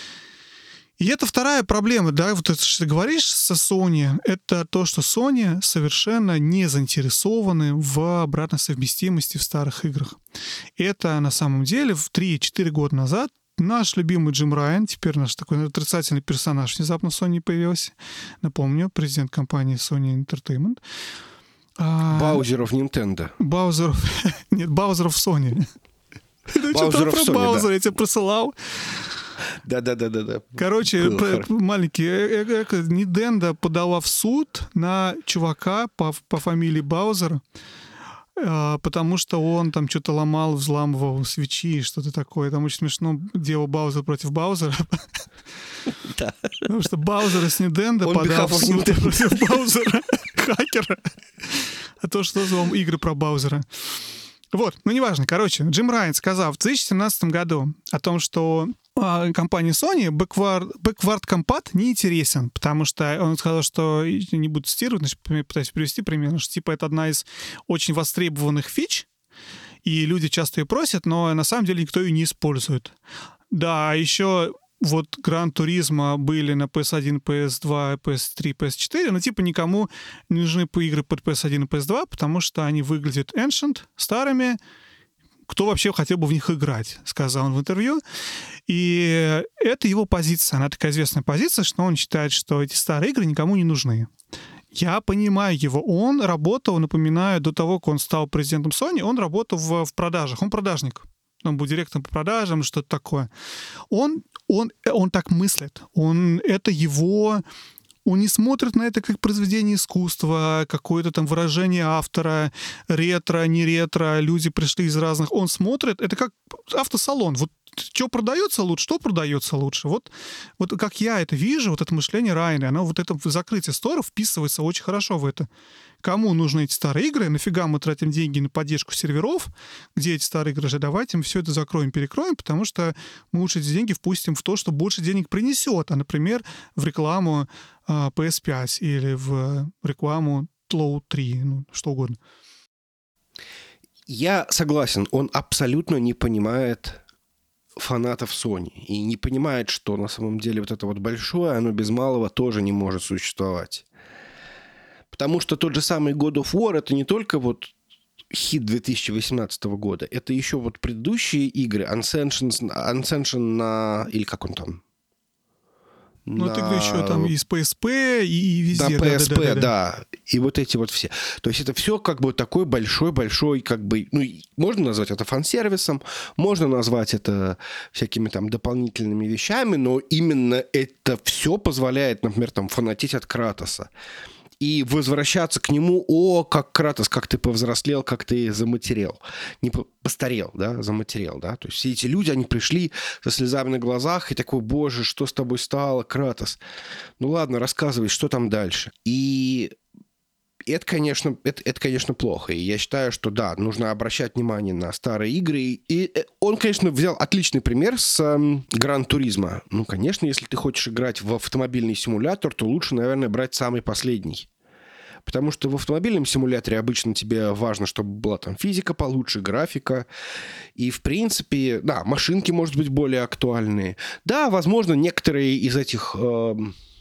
Speaker 1: И это вторая проблема, да, вот это, что ты говоришь со Sony, это то, что Sony совершенно не заинтересованы в обратной совместимости в старых играх. Это на самом деле в три-четыре года назад наш любимый Джим Райан, теперь наш такой отрицательный персонаж, внезапно в Sony появился, напомню, президент компании Sony Entertainment.
Speaker 2: Баузеров Nintendo.
Speaker 1: Баузеров, нет, Баузеров Sony.
Speaker 2: Баузеров Sony,
Speaker 1: Баузер, я тебе присылал.
Speaker 2: Да-да-да-да.
Speaker 1: Короче, маленький, Nintendo подала в суд на чувака по, по фамилии Баузер, потому что он там что-то ломал, взламывал свечи, что-то такое. Там очень смешно дело Баузер против Баузера.
Speaker 2: Да.
Speaker 1: Потому что Баузер с Nintendo подал в суд против Баузера, хакера. А то, что назвал игры про Баузера. Вот, ну неважно. Короче, Джим Райан сказал в две тысячи семнадцатом году о том, что а, компании Sony backward, backward compat не интересен, потому что он сказал, что, не буду цитировать, значит, пытаюсь привести примерно, что типа это одна из очень востребованных фич, и люди часто ее просят, но на самом деле никто ее не использует. Да, еще вот Гран Туризмо были на пи эс один, пи эс два, пи эс три, пи эс четыре, но типа никому не нужны игры под пи эс один и пи эс два, потому что они выглядят ancient, старыми. Кто вообще хотел бы в них играть, сказал он в интервью. И это его позиция. Она такая известная позиция, что он считает, что эти старые игры никому не нужны. Я понимаю его. Он работал, напоминаю, до того, как он стал президентом Sony, он работал в, в продажах. Он продажник. Он был директором по продажам, что-то такое. Он, он, он так мыслит. Он, это его... Он не смотрит на это как произведение искусства, какое-то там выражение автора, ретро, не ретро, люди пришли из разных... Он смотрит, это как автосалон. Вот что продается лучше, что продается лучше. Вот, вот как я это вижу, вот это мышление Райана, оно вот это закрытие сторов вписывается очень хорошо в это. Кому нужны эти старые игры, нафига мы тратим деньги на поддержку серверов, где эти старые игры же, давайте мы все это закроем, перекроем, потому что мы лучше эти деньги впустим в то, что больше денег принесет, а, например, в рекламу а, пи эс пять или в рекламу Тлоу три, ну, что угодно.
Speaker 2: Я согласен, он абсолютно не понимает фанатов Sony и не понимает, что на самом деле вот это вот большое, оно без малого тоже не может существовать. Потому что тот же самый God of War — это не только вот хит две тысячи восемнадцатого года, это еще вот предыдущие игры, Ascension, Ascension на... или как он там?
Speaker 1: Ну,
Speaker 2: на...
Speaker 1: это игры еще там и с пи эс пи, и, и везде.
Speaker 2: Да, пи эс пи,
Speaker 1: да, да, да, да.
Speaker 2: да. И вот эти вот все. То есть это все как бы такой большой-большой, как бы... Ну, можно назвать это фан-сервисом, можно назвать это всякими там дополнительными вещами, но именно это все позволяет, например, там фанатеть от Кратоса. И возвращаться к нему: о, как Кратос, как ты повзрослел, как ты заматерел. Не постарел, да, заматерел, да. То есть все эти люди, они пришли со слезами на глазах и такой: боже, что с тобой стало, Кратос? Ну ладно, рассказывай, что там дальше. И это, конечно, это, это, конечно, плохо. И я считаю, что да, нужно обращать внимание на старые игры. И он, конечно, взял отличный пример с эм, Гран Туризмо. Ну, конечно, если ты хочешь играть в автомобильный симулятор, то лучше, наверное, брать самый последний. Потому что в автомобильном симуляторе обычно тебе важно, чтобы была там физика получше, графика. И, в принципе, да, машинки, может быть, более актуальные. Да, возможно, некоторые из этих... Эм,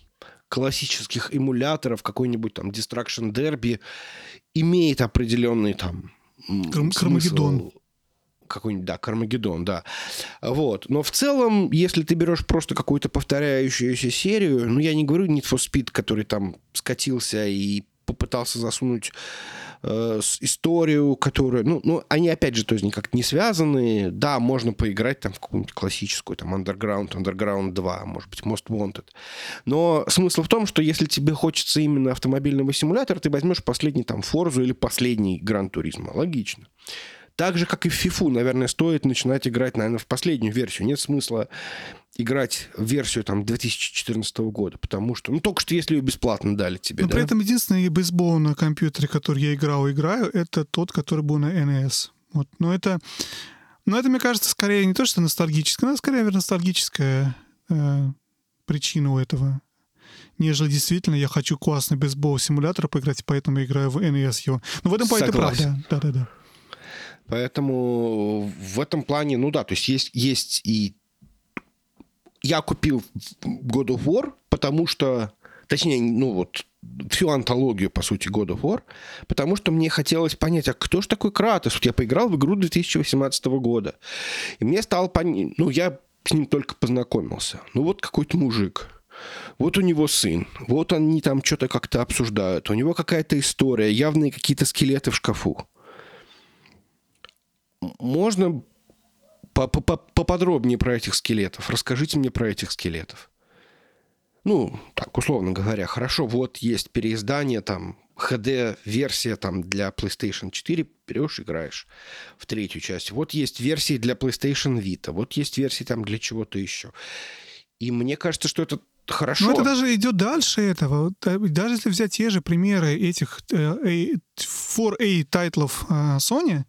Speaker 2: классических эмуляторов, какой-нибудь там Destruction Derby, имеет определенный там
Speaker 1: Карм- Кармагеддон.
Speaker 2: Какой-нибудь, да, Кармагеддон, да. Вот. Но в целом, если ты берешь просто какую-то повторяющуюся серию, ну, я не говорю Need for Speed, который там скатился и попытался засунуть э, историю, которая... Ну, ну, они, опять же, то есть никак не связаны. Да, можно поиграть там в какую-нибудь классическую, там, Underground, Underground два, может быть, Most Wanted. Но смысл в том, что если тебе хочется именно автомобильного симулятора, ты возьмешь последний там Forza или последний Gran Turismo. Логично. Так же, как и в FIFA, наверное, стоит начинать играть, наверное, в последнюю версию. Нет смысла играть в версию там две тысячи четырнадцатого года, потому что, ну, только что если ее бесплатно дали тебе,
Speaker 1: Но
Speaker 2: да?
Speaker 1: при этом единственный бейсбол на компьютере, который я играл и играю, это тот, который был на эн и эс. Вот. Но это, но это, мне кажется, скорее не то, что ностальгическое, но скорее, наверное, ностальгическая э, причина у этого, нежели действительно я хочу классный бейсбол-симулятор поиграть, поэтому я играю в эн и эс его. Но в этом плане это правда. Да-да-да.
Speaker 2: Поэтому в этом плане, ну да, то есть есть, есть и... Я купил God of War, потому что... Точнее, ну вот, всю антологию, по сути, God of War, потому что мне хотелось понять, а кто же такой Кратос? Вот я поиграл в игру две тысячи восемнадцатого года, и мне стало понятно... Ну, я с ним только познакомился. Ну, вот какой-то мужик. Вот у него сын. Вот они там что-то как-то обсуждают. У него какая-то история, явные какие-то скелеты в шкафу. Можно поподробнее про этих скелетов? Расскажите мне про этих скелетов. Ну, так, условно говоря, хорошо, вот есть переиздание, там, эйч ди-версия там, для PlayStation четыре, берешь, играешь в третью часть. Вот есть версии для PlayStation Vita, вот есть версии там для чего-то еще. И мне кажется, что это хорошо.
Speaker 1: Но это даже идет дальше этого. Даже если взять те же примеры этих фор эй тайтлов Sony,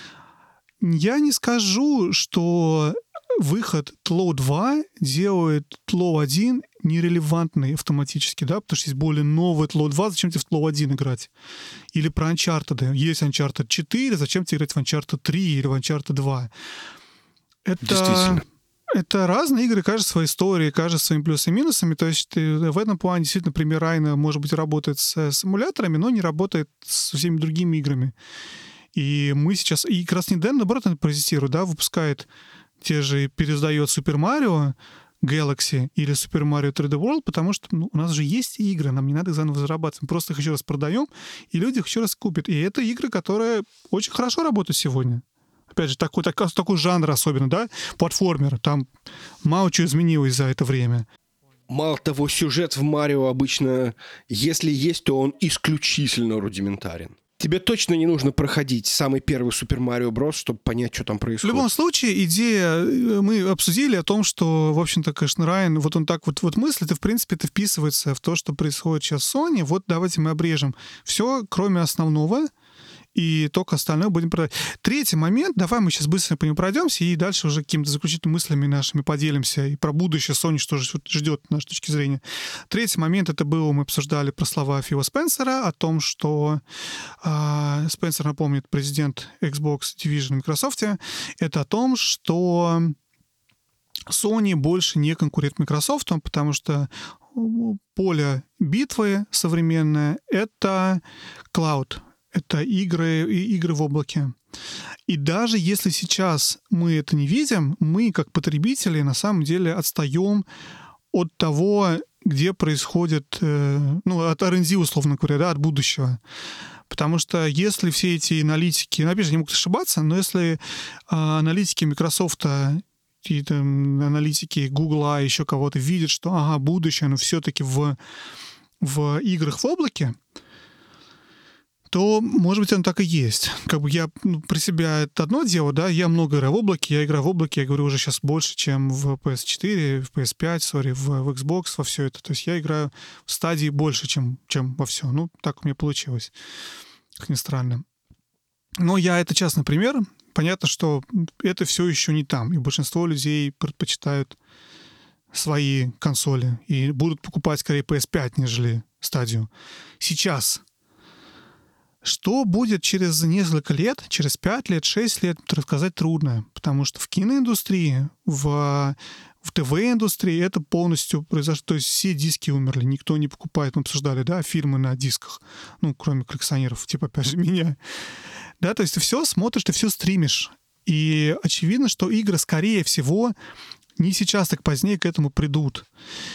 Speaker 1: я не скажу, что выход ти эл о два делает ти эл о один нерелевантный автоматически, да, потому что есть более новый ти эл о два, зачем тебе в ти эл о один играть? Или про Uncharted. Есть Uncharted четыре, зачем тебе играть в Uncharted три или в Uncharted два? Это... Это разные игры, каждая своя история, каждая своими плюсами и минусами. То есть в этом плане действительно пример Райна, может быть, работает с симуляторами, но не работает со всеми другими играми. И мы сейчас... И как раз Nintendo, наоборот, это протестирует, да, выпускает те же, переиздает Super Mario Galaxy или Super Mario три дэ World, потому что ну, у нас же есть игры, нам не надо их заново зарабатывать. Мы просто их еще раз продаем, и люди их еще раз купят. И это игры, которые очень хорошо работают сегодня. Опять же, такой, такой, такой жанр особенно, да, платформер. Там мало чего изменилось за это время.
Speaker 2: Мало того, сюжет в Марио обычно, если есть, то он исключительно рудиментарен. Тебе точно не нужно проходить самый первый Super Mario Bros., чтобы понять, что там происходит.
Speaker 1: В любом случае, идея... Мы обсудили о том, что, в общем-то, конечно, Райан, вот он так вот, вот мыслит, и, в принципе, это вписывается в то, что происходит сейчас в Sony. Вот давайте мы обрежем все, кроме основного, и только остальное будем продавать. Третий момент, давай мы сейчас быстро по нему пройдемся, и дальше уже какими-то заключительными мыслями нашими поделимся, и про будущее Sony, что же ждет, с нашей точки зрения. Третий момент, это было, мы обсуждали про слова Фила Спенсера о том, что э, Спенсер, напомнит, президент Xbox Division Microsoft, это о том, что Sony больше не конкурирует Microsoft, потому что поле битвы современное — это клауд. Это игры, игры в облаке. И даже если сейчас мы это не видим, мы, как потребители, на самом деле отстаем от того, где происходит, ну, от ар энд ди, условно говоря, да, от будущего. Потому что если все эти аналитики, ну, опять же, не могут ошибаться, но если аналитики Microsoft, какие-то аналитики Google, еще кого-то видят, что, ага, будущее, но все-таки в, в играх в облаке, то, может быть, оно так и есть. Как бы я ну, при себя это одно дело, да, я много играю в облаке, я играю в облаке, я говорю, уже сейчас больше, чем в пи эс четыре, в пи эс пять, сори, в, в Xbox, во все это. То есть я играю в стадии больше, чем, чем во все. Ну, так у меня получилось, как ни странно. Но я это частный пример. Понятно, что это все еще не там, и большинство людей предпочитают свои консоли и будут покупать скорее пи эс пять, нежели стадию. Сейчас. Что будет через несколько лет, через пять лет, шесть лет, рассказать трудно, потому что в киноиндустрии, в, в ТВ-индустрии это полностью произошло. То есть все диски умерли, никто не покупает. Мы обсуждали, да, фильмы на дисках. Ну, кроме коллекционеров, типа, опять же, меня. Да, то есть ты все смотришь, ты все стримишь. И очевидно, что игры, скорее всего, не сейчас, так позднее к этому придут.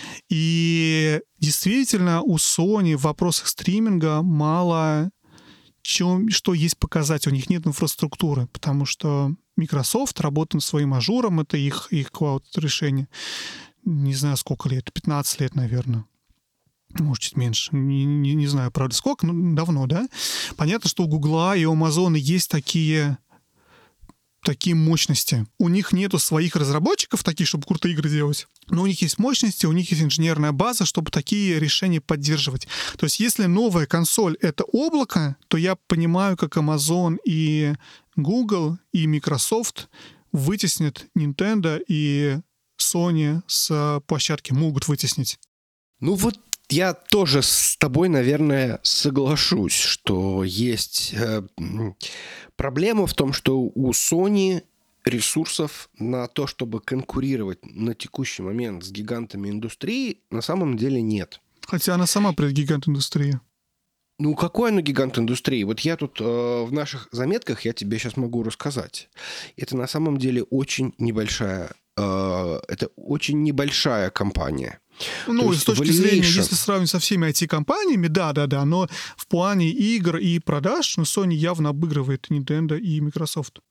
Speaker 1: И действительно, у Sony в вопросах стриминга мало чем, что есть показать. У них нет инфраструктуры, потому что Microsoft работает над своим ажуром, это их, их клауд-решение. Не знаю, сколько лет, пятнадцать лет, наверное. Может, чуть меньше. Не, не, не знаю, правда, сколько, но давно, да? Понятно, что у Гугла и у Амазона есть такие... такие мощности. У них нету своих разработчиков таких, чтобы крутые игры делать, но у них есть мощности, у них есть инженерная база, чтобы такие решения поддерживать. То есть если новая консоль — это облако, то я понимаю, как Amazon и Google и Microsoft вытеснят Nintendo и Sony с площадки, могут вытеснить.
Speaker 2: Ну вот я тоже с тобой, наверное, соглашусь, что есть э, проблема в том, что у Sony ресурсов на то, чтобы конкурировать на текущий момент с гигантами индустрии, на самом деле нет.
Speaker 1: Хотя она сама предгигант индустрии.
Speaker 2: Ну, какой она гигант индустрии? Вот я тут э, в наших заметках, я тебе сейчас могу рассказать. Это на самом деле очень небольшая, э, это очень небольшая компания.
Speaker 1: Ну, с точки зрения, если сравнивать со всеми ай ти-компаниями, да-да-да, но в плане игр и продаж, ну, Sony явно обыгрывает Nintendo и Microsoft.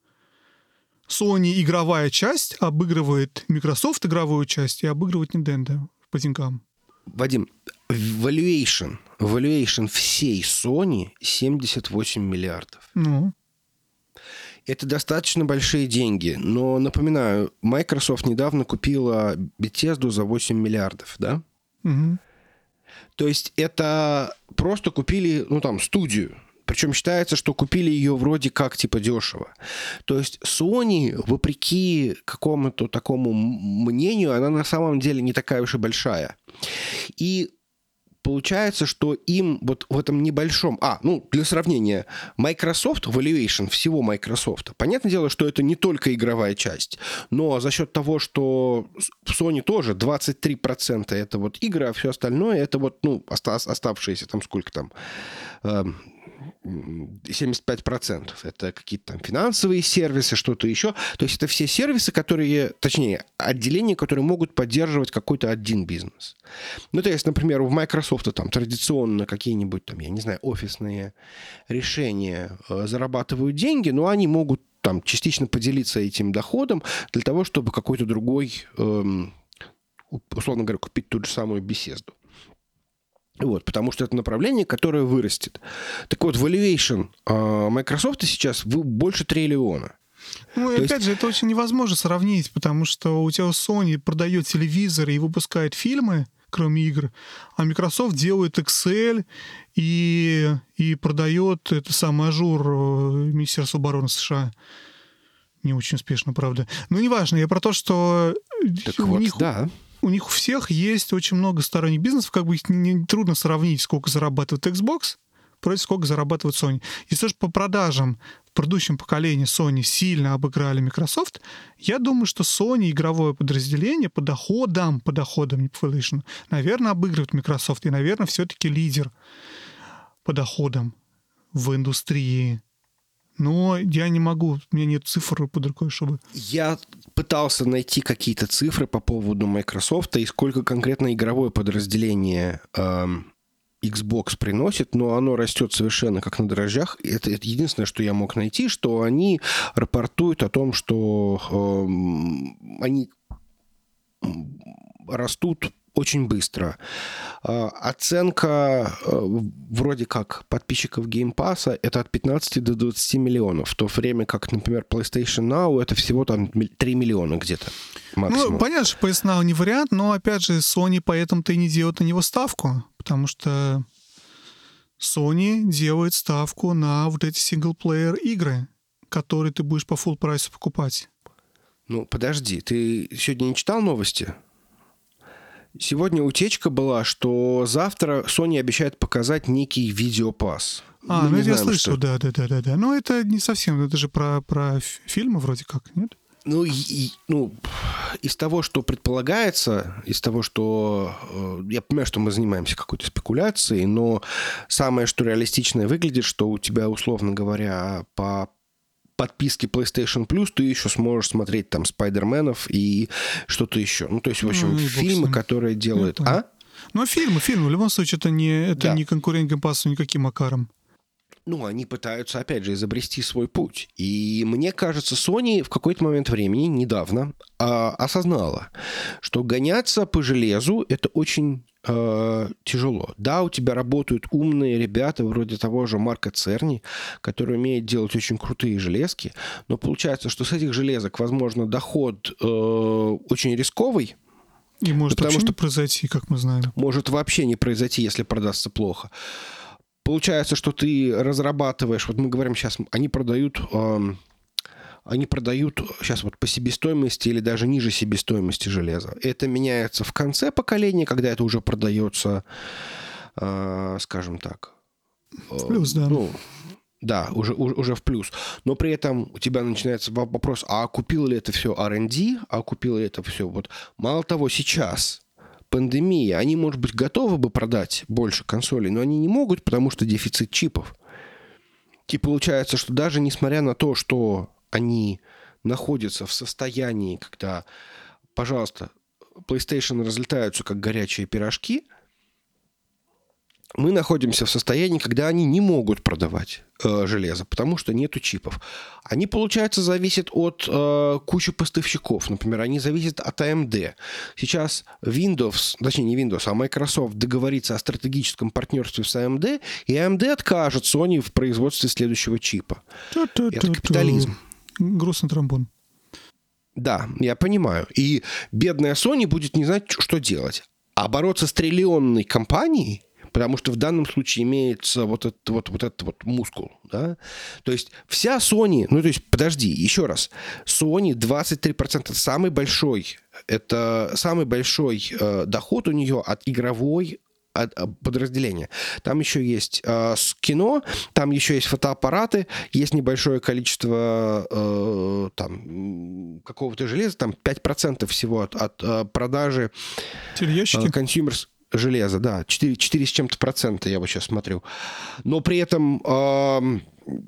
Speaker 1: Sony игровая часть обыгрывает Microsoft игровую часть и обыгрывает Nintendo по деньгам.
Speaker 2: Вадим, valuation, valuation всей Sony семьдесят восемь миллиардов.
Speaker 1: Ну.
Speaker 2: Это достаточно большие деньги, но, напоминаю, Microsoft недавно купила Bethesda за восемь миллиардов, да?
Speaker 1: Угу.
Speaker 2: То есть это просто купили, ну, там, студию. Причем считается, что купили ее вроде как, типа, дешево. То есть Sony, вопреки какому-то такому мнению, она на самом деле не такая уж и большая. И получается, что им вот в этом небольшом... А, ну, для сравнения, Microsoft, valuation всего Microsoft, понятное дело, что это не только игровая часть, но за счет того, что в Sony тоже двадцать три процента это вот игры, а все остальное это вот, ну, оставшиеся там сколько там... семьдесят пять процентов это какие-то там финансовые сервисы, что-то еще. То есть это все сервисы, которые, точнее, отделения, которые могут поддерживать какой-то один бизнес. Ну, то есть, например, у Microsoft там традиционно какие-нибудь там, я не знаю, офисные решения э, зарабатывают деньги, но они могут там частично поделиться этим доходом для того, чтобы какой-то другой, э, условно говоря, купить ту же самую Bethesda. Вот, потому что это направление, которое вырастет. Так вот, valuation э, Microsoft сейчас больше триллиона.
Speaker 1: Ну, и
Speaker 2: То
Speaker 1: опять
Speaker 2: есть...
Speaker 1: же, это очень невозможно сравнить, потому что у тебя Sony продает телевизоры и выпускает фильмы, кроме игр, а Microsoft делает Excel и, и продает это самый ажур Министерства обороны США. Не очень успешно, правда. Но неважно, я про то, что
Speaker 2: так
Speaker 1: у
Speaker 2: вот,
Speaker 1: них...
Speaker 2: да.
Speaker 1: У них у всех есть очень много сторонних бизнесов, как бы их не, не, трудно сравнить, сколько зарабатывает Xbox против сколько зарабатывает Sony. Если же по продажам в предыдущем поколении Sony сильно обыграли Microsoft, я думаю, что Sony игровое подразделение по доходам, по доходам, не по valuation, наверное, обыгрывает Microsoft и, наверное, все-таки лидер по доходам в индустрии. Но я не могу, у меня нет цифр под рукой, чтобы...
Speaker 2: Я пытался найти какие-то цифры по поводу Microsoft и сколько конкретно игровое подразделение э, Xbox приносит, но оно растет совершенно как на дрожжах. Это, это единственное, что я мог найти, что они рапортуют о том, что э, они растут очень быстро. Оценка вроде как подписчиков Game Pass это от пятнадцати до двадцати миллионов, в то время как, например, PlayStation Now это всего там три миллиона где-то максимум.
Speaker 1: Ну, понятно, что пи эс Now не вариант, но, опять же, Sony поэтому-то и не делает на него ставку, потому что Sony делает ставку на вот эти синглплеер игры, которые ты будешь по фулл прайсу покупать.
Speaker 2: Ну, подожди, ты сегодня не читал новости? Сегодня утечка была, что завтра Sony обещает показать некий видеопасс.
Speaker 1: А,
Speaker 2: Мы
Speaker 1: ну
Speaker 2: не
Speaker 1: это я
Speaker 2: знаем,
Speaker 1: слышал,
Speaker 2: что...
Speaker 1: да, да, да, да, да. Но это не совсем, это же про, про фильмы вроде как, нет?
Speaker 2: Ну, и, и, ну, из того, что предполагается, из того, что... Э, я понимаю, что мы занимаемся какой-то спекуляцией, но самое, что реалистичное выглядит, что у тебя, условно говоря, по подписке PlayStation Plus ты еще сможешь смотреть там Спайдерменов и что-то еще. Ну, то есть, в общем, ну, фильмы, которые делают... А?
Speaker 1: Ну, фильмы, фильмы. В любом случае, это не, это
Speaker 2: да.
Speaker 1: не конкурент геймпассу никаким макаром.
Speaker 2: Ну, они пытаются, опять же, изобрести свой путь. И мне кажется, Sony в какой-то момент времени, недавно, э, осознала, что гоняться по железу — это очень э, тяжело. Да, у тебя работают умные ребята, вроде того же Марка Церни, который умеет делать очень крутые железки, но получается, что с этих железок, возможно, доход э, очень рисковый.
Speaker 1: И может
Speaker 2: потому
Speaker 1: вообще
Speaker 2: что
Speaker 1: не произойти, как мы знаем.
Speaker 2: Может вообще не произойти, если продастся плохо. Получается, что ты разрабатываешь, вот мы говорим сейчас, они продают, э, они продают сейчас вот по себестоимости или даже ниже себестоимости железа. Это меняется в конце поколения, когда это уже продается, э, скажем так.
Speaker 1: В плюс, да.
Speaker 2: Ну, да, уже, уже в плюс. Но при этом у тебя начинается вопрос, а купил ли это все ар энд ди, а купил ли это все... Вот мало того, сейчас... Пандемия, они, может быть, готовы бы продать больше консолей, но они не могут, потому что дефицит чипов. И получается, что даже несмотря на то, что они находятся в состоянии, когда, пожалуйста, PlayStation разлетаются как горячие пирожки, мы находимся в состоянии, когда они не могут продавать э, железо, потому что нету чипов. Они, получается, зависят от э, кучи поставщиков. Например, они зависят от эй эм ди. Сейчас Windows, точнее не Windows, а Microsoft договорится о стратегическом партнерстве с эй эм ди, и эй эм ди откажет Sony в производстве следующего чипа. Это капитализм.
Speaker 1: Грустный тромбон.
Speaker 2: Да, я понимаю. И бедная Sony будет не знать, что делать. А бороться с триллионной компанией, потому что в данном случае имеется вот этот вот, вот, этот вот мускул. Да? То есть вся Sony... Ну, то есть, подожди, еще раз. Sony двадцать три процента самый большой... Это самый большой э, доход у нее от игровой от, от подразделения. Там еще есть э, кино, там еще есть фотоаппараты, есть небольшое количество э, там, какого-то железа, там пять процентов всего от, от э, продажи
Speaker 1: телеящики.
Speaker 2: Э, consumers... Железо, да, четыре, четыре с чем-то процента, я вот сейчас смотрю. Но при этом э,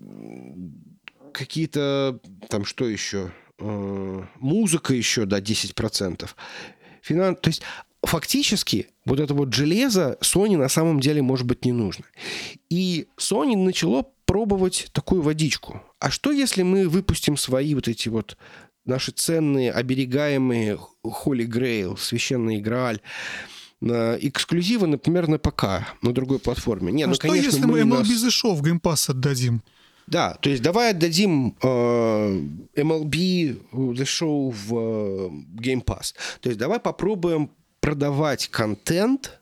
Speaker 2: какие-то, там что еще, э, музыка еще, да, десять процентов. Финан... То есть фактически вот это вот железо Sony на самом деле, может быть, не нужно. И Sony начало пробовать такую водичку. А что, если мы выпустим свои вот эти вот наши ценные, оберегаемые Holy Grail, священный Грааль, на эксклюзивы, например, на ПК, на другой платформе. Не,
Speaker 1: а
Speaker 2: ну,
Speaker 1: что,
Speaker 2: конечно,
Speaker 1: если мы эм эл би
Speaker 2: нас...
Speaker 1: The Show в Game Pass отдадим?
Speaker 2: Да, то есть давай отдадим э, эм эл би The Show в э, Game Pass. То есть давай попробуем продавать контент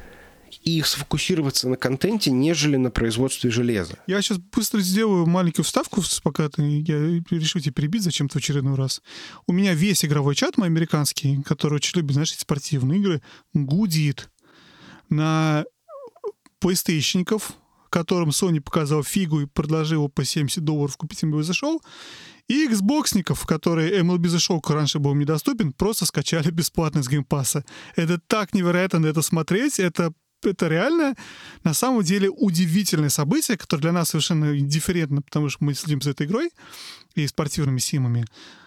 Speaker 2: и сфокусироваться на контенте, нежели на производстве железа.
Speaker 1: Я сейчас быстро сделаю маленькую вставку, пока ты, я решил тебя перебить зачем-то в очередной раз. У меня весь игровой чат мой американский, который очень любит, знаешь, эти спортивные игры, гудит на PlayStation-ников, которым Sony показал фигу и предложил его по семьдесят долларов купить эм эл би The Show, и Xbox-ников, которые эм эл би The Show раньше был недоступен, просто скачали бесплатно с геймпасса. Это так невероятно на это смотреть, это Это реально, на самом деле, удивительное событие, которое для нас совершенно индифферентно, потому что мы следим за этой игрой и спортивными симами.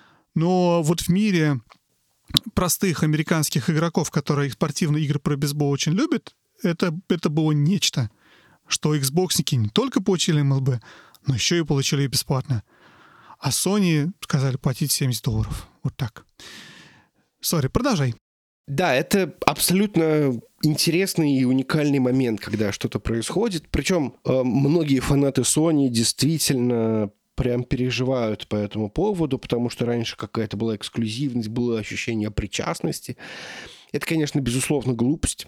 Speaker 1: Но вот в мире простых американских игроков, которые спортивные игры про бейсбол очень любят, это, это было нечто, что Xbox-ники не только получили эм эл би, но еще и получили бесплатно. А Sony сказали платить семьдесят долларов. Вот так. Сори, продолжай.
Speaker 2: Да, это абсолютно интересный и уникальный момент, когда что-то происходит. Причем э, многие фанаты Sony действительно прям переживают по этому поводу, потому что раньше какая-то была эксклюзивность, было ощущение причастности. Это, конечно, безусловно, глупость.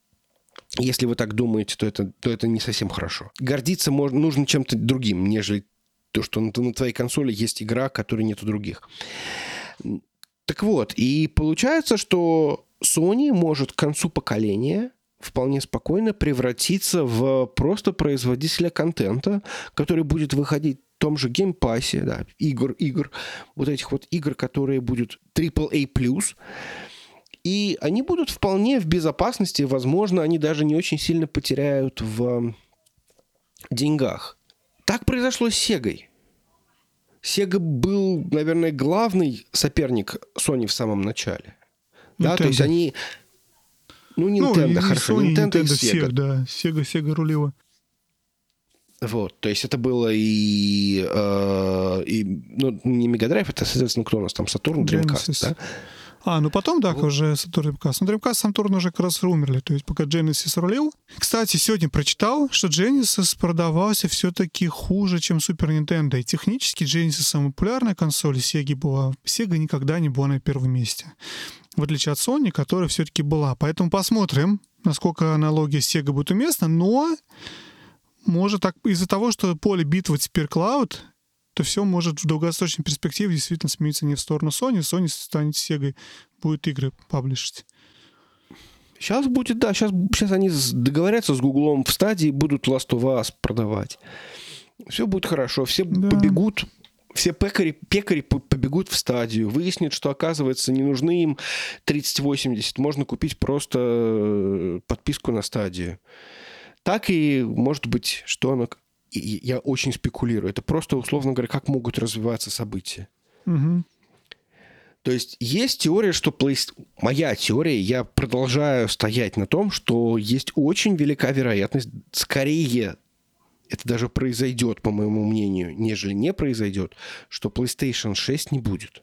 Speaker 2: Если вы так думаете, то это, то это не совсем хорошо. Гордиться можно, нужно чем-то другим, нежели то, что на, на твоей консоли есть игра, которой нет у других. Так вот, и получается, что Sony может к концу поколения вполне спокойно превратиться в просто производителя контента, который будет выходить том же геймпассе, да, игр, игр, вот этих вот игр, которые будут трипл эй плюс, и они будут вполне в безопасности, возможно, они даже не очень сильно потеряют в деньгах. Так произошло с Сегой. Sega был, наверное, главный соперник Sony в самом начале. Да, то есть они... Ну, Nintendo,
Speaker 1: ну,
Speaker 2: хорошо,
Speaker 1: Sony,
Speaker 2: Nintendo,
Speaker 1: Nintendo
Speaker 2: и Sega.
Speaker 1: Всех, да, Sega, Sega рулила.
Speaker 2: Вот, то есть это было и... Э, и ну, не Mega Drive, это, соответственно, кто у нас там? Saturn, Dreamcast, да?
Speaker 1: А, ну потом, да, вот. Уже Saturn Dreamcast. Но Dreamcast, Saturn уже как раз умерли, то есть пока Genesis рулил. Кстати, сегодня прочитал, что Genesis продавался все-таки хуже, чем Super Nintendo. И технически Genesis самая популярная консоль, Sega была. Sega никогда не была на первом месте. В отличие от Sony, которая все-таки была. Поэтому посмотрим, насколько аналогия с Sega будет уместна. Но может так из-за того, что поле битвы теперь клауд, то все может в долгосрочной перспективе действительно смениться не в сторону Sony. Sony станет Sega, будет игры паблишить.
Speaker 2: Сейчас будет, да, сейчас, сейчас они договорятся с Гуглом в стадии, будут Last of Us продавать. Все будет хорошо, все да. побегут, все пекари, пекари побегут в стадию, выяснят, что, оказывается, не нужны им тридцать восемьдесят, можно купить просто подписку на стадию. Так и, может быть, что оно... Я очень спекулирую. Это просто, условно говоря, как могут развиваться события.
Speaker 1: Угу.
Speaker 2: То есть есть теория, что... Play... Моя теория, я продолжаю стоять на том, что есть очень велика вероятность, скорее это даже произойдет, по моему мнению, нежели не произойдет, что PlayStation шесть не будет.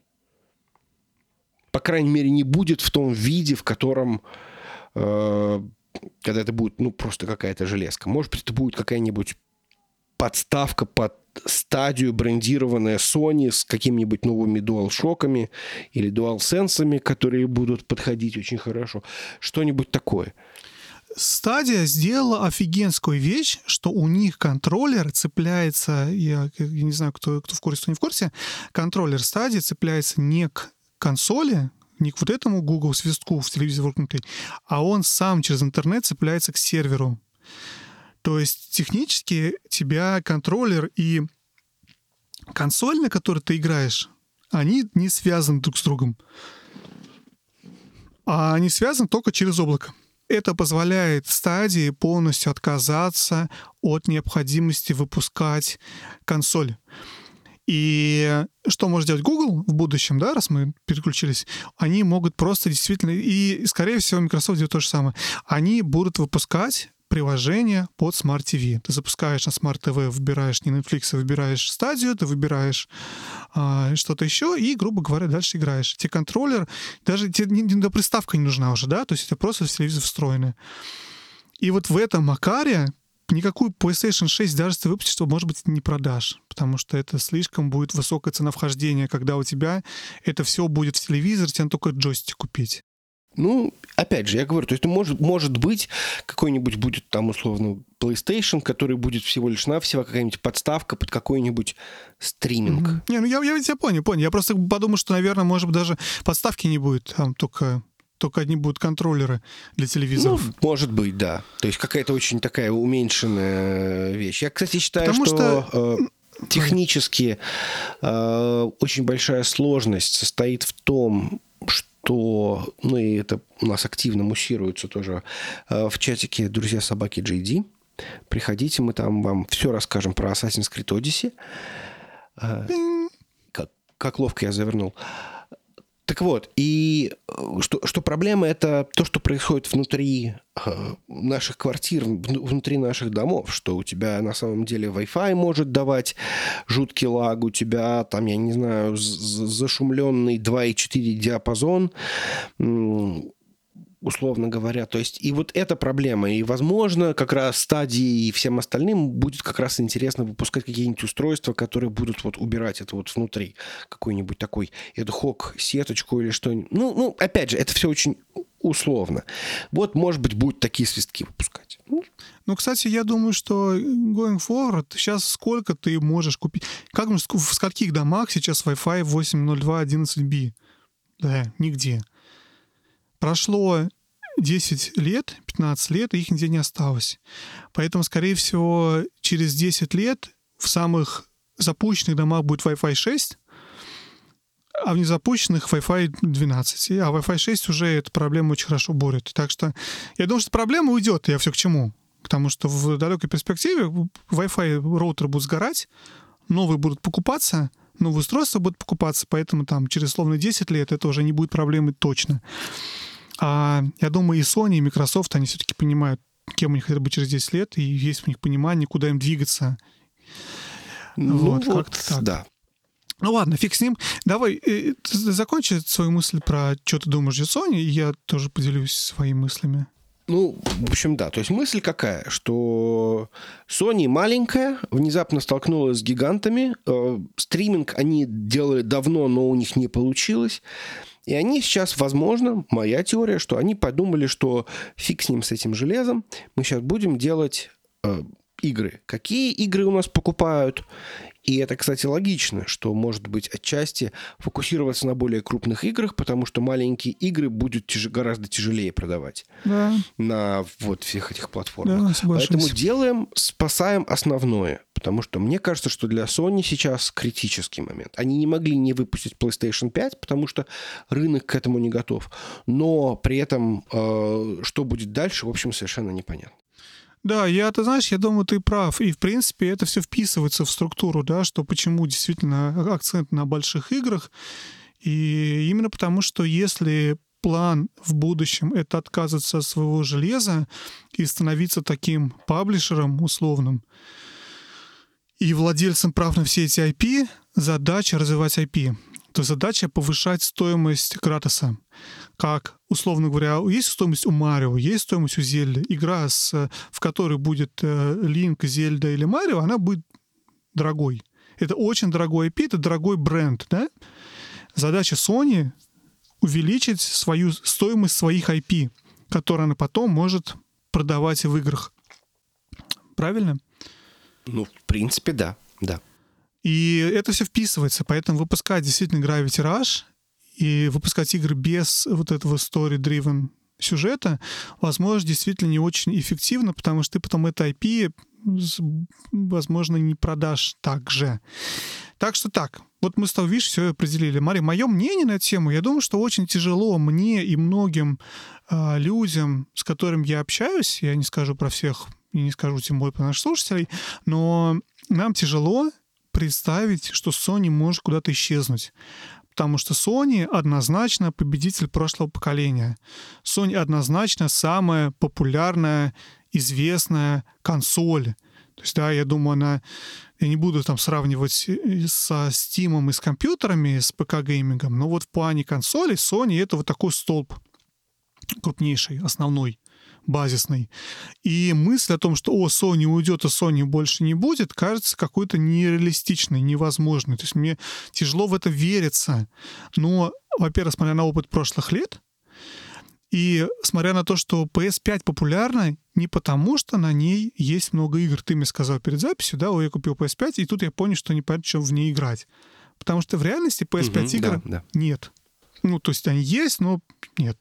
Speaker 2: По крайней мере, не будет в том виде, в котором... Э, когда это будет, ну, просто какая-то железка. Может быть, это будет какая-нибудь подставка под стадию, брендированная Sony с какими-нибудь новыми DualShock'ами или DualSense'ами, которые будут подходить очень хорошо. Что-нибудь такое.
Speaker 1: Стадия сделала офигенскую вещь, что у них контроллер цепляется, я, я не знаю, кто, кто в курсе, кто не в курсе, контроллер стадии цепляется не к консоли, не к вот этому Google свистку в телевизоре воткнутый, а он сам через интернет цепляется к серверу. То есть технически тебя контроллер и консоль, на которой ты играешь, они не связаны друг с другом. А они связаны только через облако. Это позволяет стадии полностью отказаться от необходимости выпускать консоль. И что может делать Google в будущем, да, раз мы переключились, они могут просто действительно, и, скорее всего, Microsoft делает то же самое, они будут выпускать приложение под Smart ти ви. Ты запускаешь на Smart ти ви, выбираешь не Netflix, а выбираешь стадию, ты выбираешь а, что-то еще, и, грубо говоря, дальше играешь. Тебе контроллер, даже тебе не, не, приставка не нужна уже, да, то есть это просто в телевизор встроенное. И вот в этом макаре никакую PlayStation шесть, даже если ты выпустишь, то, может быть, не продашь, потому что это слишком будет высокая цена вхождения, когда у тебя это все будет в телевизоре, тебе надо только джойстик купить.
Speaker 2: Ну, опять же, я говорю, то есть может, может быть, какой-нибудь будет там, условно, PlayStation, который будет всего лишь навсего какая-нибудь подставка под какой-нибудь стриминг.
Speaker 1: Mm-hmm. Не, ну я, я тебя понял, понял. Я просто подумал, что, наверное, может быть, даже подставки не будет, там только... Только одни будут контроллеры для телевизоров.
Speaker 2: Ну, может быть, да. То есть какая-то очень такая уменьшенная вещь. Я, кстати, считаю, Потому что, что... Э, технически э, очень большая сложность состоит в том, что... Ну, и это у нас активно муссируется тоже э, в чатике «Друзья собаки джей ди». Приходите, мы там вам все расскажем про Assassin's Creed Odyssey. Э, как, как ловко я завернул. Так вот, и что, что проблема – это то, что происходит внутри э, наших квартир, внутри наших домов, что у тебя на самом деле Wi-Fi может давать жуткий лаг, у тебя там, я не знаю, зашумленный два и четыре диапазон, условно говоря. То есть и вот эта проблема. И, возможно, как раз стадии и всем остальным будет как раз интересно выпускать какие-нибудь устройства, которые будут вот убирать это вот внутри. Какой-нибудь такой ad-hoc сеточку или что-нибудь. Ну, ну, опять же, это все очень условно. Вот, может быть, будут такие свистки выпускать.
Speaker 1: Ну, кстати, я думаю, что going forward, сейчас сколько ты можешь купить? Как в скольких домах сейчас Wi-Fi восемь ноль два точка одиннадцать би? Да, нигде. Прошло десять лет, пятнадцать лет, и их нигде не осталось. Поэтому, скорее всего, через десять лет в самых запущенных домах будет Wi-Fi шесть, а в незапущенных Wi-Fi двенадцать. А Wi-Fi шесть уже эту проблему очень хорошо борет. Так что я думаю, что проблема уйдет. Я все к чему? Потому что в далекой перспективе Wi-Fi роутеры будут сгорать, новые будут покупаться, новые устройства будут покупаться, поэтому там через условно десять лет это уже не будет проблемы точно. А я думаю, и Sony, и Microsoft, они все-таки понимают, кем у них это будет через десять лет, и есть у них понимание, куда им двигаться.
Speaker 2: Ну
Speaker 1: вот,
Speaker 2: вот,
Speaker 1: как-то так.
Speaker 2: Да.
Speaker 1: Ну ладно, фиг с ним. Давай, э, закончи свою мысль про что ты думаешь о Sony, и я тоже поделюсь своими мыслями.
Speaker 2: Ну, в общем, да. То есть мысль какая? Что Sony маленькая, внезапно столкнулась с гигантами. Э, стриминг они делали давно, но у них не получилось. И они сейчас, возможно, моя теория, что они подумали, что фиг с ним, с этим железом, мы сейчас будем делать э, игры. Какие игры у нас покупают? И это, кстати, логично, что, может быть, отчасти фокусироваться на более крупных играх, потому что маленькие игры будут тяж... гораздо тяжелее продавать
Speaker 1: да.
Speaker 2: на вот всех этих платформах.
Speaker 1: Да,
Speaker 2: поэтому делаем, спасаем основное. Потому что мне кажется, что для Sony сейчас критический момент. Они не могли не выпустить PlayStation пять, потому что рынок к этому не готов. Но при этом, э, что будет дальше, в общем, совершенно непонятно.
Speaker 1: Да, я, ты знаешь, я думаю, ты прав. И, в принципе, это все вписывается в структуру, да, что почему действительно акцент на больших играх. И именно потому, что если план в будущем — это отказываться от своего железа и становиться таким паблишером условным и владельцем прав на все эти ай пи, задача развивать ай пи. То задача повышать стоимость Кратоса. Как, условно говоря, есть стоимость у Марио, есть стоимость у Зельды. Игра, с, в которой будет э, Линк, Зельда или Марио, она будет дорогой. Это очень дорогой ай пи, это дорогой бренд. Да? Задача Sony — увеличить свою стоимость своих ай пи, которые она потом может продавать в играх. Правильно?
Speaker 2: Ну, в принципе, да. да.
Speaker 1: И это все вписывается, поэтому выпускать действительно Gravity Rush и выпускать игры без вот этого story-driven сюжета, возможно, действительно не очень эффективно, потому что ты потом это ай пи, возможно, не продашь так же. Так что так, вот мы с тобой, видишь, все определили. Мария, мое мнение на эту тему, я думаю, что очень тяжело мне и многим э, людям, с которыми я общаюсь, я не скажу про всех, и не скажу тем более про наших слушателей, но нам тяжело представить, что Sony может куда-то исчезнуть. Потому что Sony однозначно победитель прошлого поколения. Sony однозначно самая популярная, известная консоль. То есть, да, я думаю, она... Я не буду там сравнивать со Steam и с компьютерами, с пи си-геймингом, но вот в плане консолей Sony — это вот такой столб крупнейший, основной, базисный. И мысль о том, что «О, Sony уйдет, а Sony больше не будет», кажется какой-то нереалистичной, невозможной. То есть мне тяжело в это вериться. Но, во-первых, смотря на опыт прошлых лет, и смотря на то, что пи эс пять популярна не потому, что на ней есть много игр. Ты мне сказал перед записью, да, ой, я купил пи эс пять, и тут я понял, что непонятно, что в ней играть. Потому что в реальности пи эс пять угу, игр да, да. нет. Ну, то есть они есть, но нет.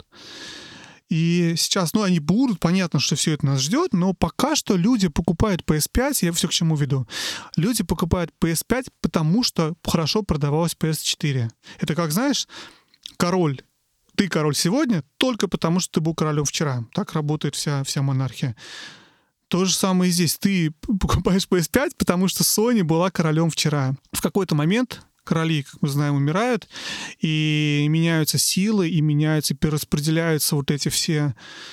Speaker 1: И сейчас, ну, они будут, понятно, что все это нас ждет, но пока что люди покупают пи эс пять, я все к чему веду. Люди покупают пи эс пять, потому что хорошо продавалась пи эс четыре. Это как, знаешь, король. Ты король сегодня только потому, что ты был королем вчера. Так работает вся, вся монархия. То же самое и здесь. Ты покупаешь пи эс пять, потому что Sony была королем вчера. В какой-то момент короли, как мы знаем, умирают, и меняются силы, и меняются, перераспределяются вот эти все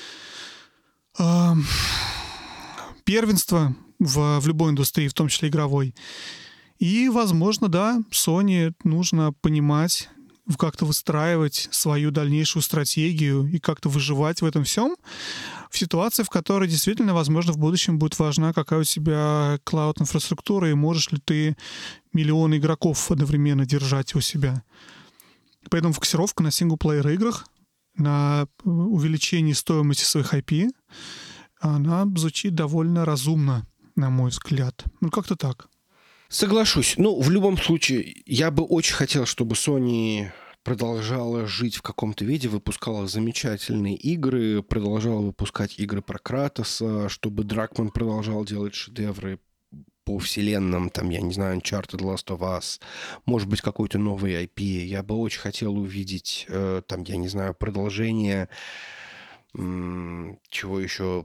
Speaker 1: э, первенства в, в любой индустрии, в том числе игровой. И, возможно, да, Sony нужно понимать, как-то выстраивать свою дальнейшую стратегию и как-то выживать в этом всем, в ситуации, в которой действительно, возможно, в будущем будет важна, какая у тебя клауд-инфраструктура, и можешь ли ты миллионы игроков одновременно держать у себя. Поэтому фокусировка на синглплеер-играх, на увеличении стоимости своих ай пи, она звучит довольно разумно, на мой взгляд. Ну, как-то так.
Speaker 2: Соглашусь. Ну, в любом случае, я бы очень хотел, чтобы Sony продолжала жить в каком-то виде, выпускала замечательные игры, продолжала выпускать игры про Кратоса, чтобы Дракман продолжал делать шедевры. по вселенным, там, я не знаю, Uncharted, Last of Us, может быть, какой-то новый ай пи. Я бы очень хотел увидеть, э, там, я не знаю, продолжение, м- чего еще...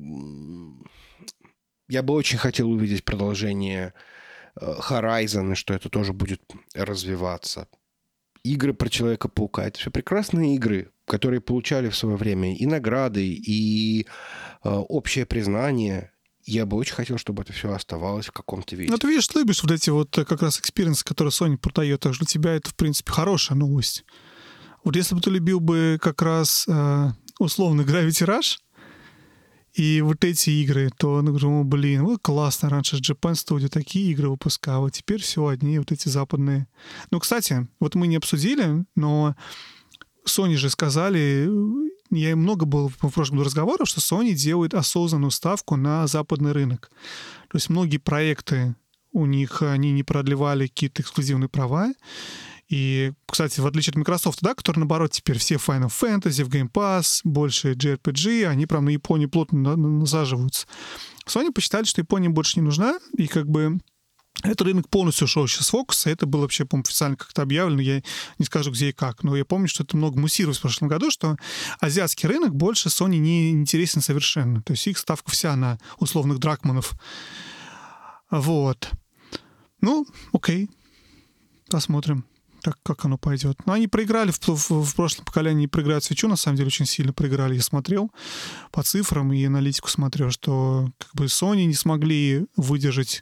Speaker 2: Я бы очень хотел увидеть продолжение э, Horizon, и что это тоже будет развиваться. Игры про Человека-паука — это все прекрасные игры, которые получали в свое время и награды, и э, общее признание. Я бы очень хотел, чтобы это все оставалось в каком-то виде.
Speaker 1: Ну, ты видишь, ты любишь вот эти вот как раз экспириенсы, которые Sony продает, так что для тебя это, в принципе, хорошая новость. Вот если бы ты любил бы как раз э, условно Gravity Rush и вот эти игры, то, ну, говорю, блин, вот классно, раньше Japan Studio такие игры выпускал, а теперь все одни вот эти западные. Ну, кстати, вот мы не обсудили, но Sony же сказали, я много было в прошлом году разговоров, что Sony делает осознанную ставку на западный рынок. То есть многие проекты у них, они не продлевали какие-то эксклюзивные права. И, кстати, в отличие от Microsoft, да, который, наоборот, теперь все Final Fantasy в Game Pass, больше джей ар пи джи, они прям на Японию плотно насаживаются. Sony посчитали, что Япония больше не нужна, и как бы этот рынок полностью ушел сейчас с фокуса. Это было вообще, по-моему, официально как-то объявлено. Я не скажу, где и как. Но я помню, что это много муссировалось в прошлом году, что азиатский рынок больше Sony не интересен совершенно. То есть их ставка вся на условных дракманов. Вот. Ну, окей. Посмотрим, как, как оно пойдет. Но они проиграли в, в, в прошлом поколении, проиграют свечу, на самом деле, очень сильно проиграли. Я смотрел по цифрам и аналитику смотрел, что как бы Sony не смогли выдержать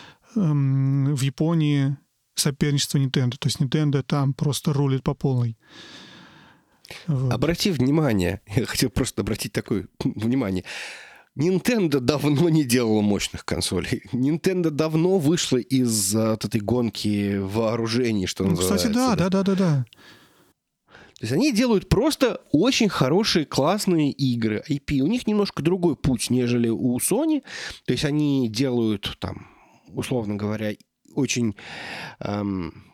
Speaker 1: в Японии соперничество Nintendo. То есть Nintendo там просто рулит по полной.
Speaker 2: Вот. Обрати внимание, я хотел просто обратить такое внимание. Nintendo давно не делала мощных консолей. Nintendo давно вышла из от этой гонки вооружений, что ну, называется.
Speaker 1: Кстати, да, да, да, да, да.
Speaker 2: То есть они делают просто очень хорошие, классные игры. ай пи. У них немножко другой путь, нежели у Sony. То есть они делают там, условно говоря, очень эм,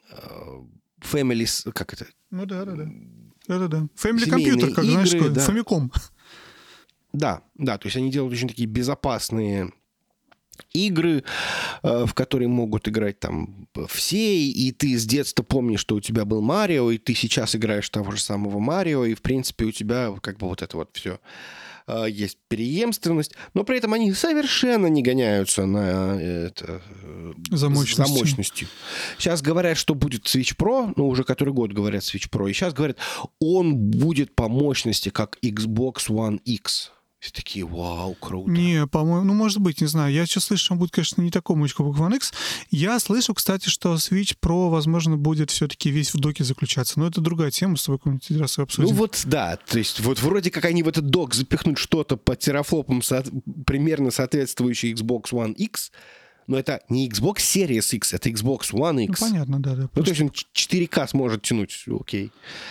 Speaker 2: family, как это?
Speaker 1: Ну да, да, да. Да-да-да. Family компьютер, как, игры, знаешь, да. Famicom.
Speaker 2: Да, да, то есть они делают очень такие безопасные игры, в которые могут играть там все, и ты с детства помнишь, что у тебя был Марио, и ты сейчас играешь того же самого Марио, и, в принципе, у тебя как бы вот это вот все есть преемственность, но при этом они совершенно не гоняются на это,
Speaker 1: за мощностью.
Speaker 2: за мощностью. Сейчас говорят, что будет Switch Pro, ну, уже который год говорят Switch Pro, и сейчас говорят, он будет по мощности, как Xbox One X. Все такие, вау, круто.
Speaker 1: Не, по-моему, ну, может быть, не знаю. Я сейчас слышу, что он будет, конечно, не такой мощный, как One X. Я слышу, кстати, что Switch Pro, возможно, будет все-таки весь в доке заключаться. Но это другая тема, с тобой какую-нибудь раз обсудим.
Speaker 2: Ну вот, да. То есть вот вроде как они в этот док запихнут что-то по терафлопам, со- примерно соответствующее Xbox One X, но это не Xbox Series X, это Xbox One X.
Speaker 1: Ну, понятно, да, да.
Speaker 2: Ну, просто... то есть он четыре ка сможет тянуть, окей.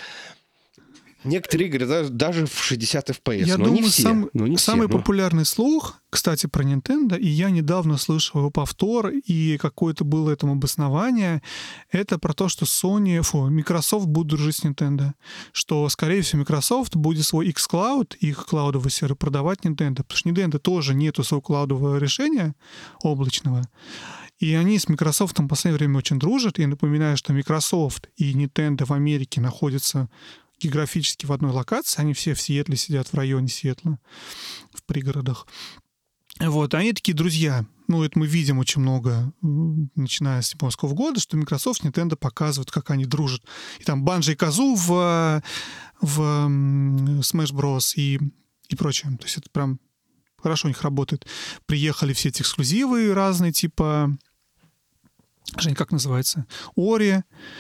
Speaker 2: Некоторые игры даже, даже в шестьдесят эф пи эс,
Speaker 1: я
Speaker 2: но
Speaker 1: думаю,
Speaker 2: не все.
Speaker 1: Сам,
Speaker 2: но не
Speaker 1: самый
Speaker 2: все, но...
Speaker 1: популярный слух, кстати, про Nintendo, и я недавно слышал его повтор, и какое-то было этому обоснование, это про то, что Sony, фу, Microsoft будет дружить с Nintendo. Что, скорее всего, Microsoft будет свой xCloud, их клаудовый сервер, продавать Nintendo. Потому что Nintendo тоже нету своего клаудового решения облачного. И они с Microsoft в последнее время очень дружат. И напоминаю, что Microsoft и Nintendo в Америке находятся географически в одной локации. Они все в Сиэтле сидят, в районе Сиэтла, в пригородах. Вот, они такие друзья. Ну, это мы видим очень много, начиная с японского года, что Microsoft, Nintendo показывают, как они дружат. И там Банджи и Казу в, в Smash Bros. и, и прочее. То есть это прям хорошо у них работает. Приехали все эти эксклюзивы разные, типа... Жень, как называется? Ори.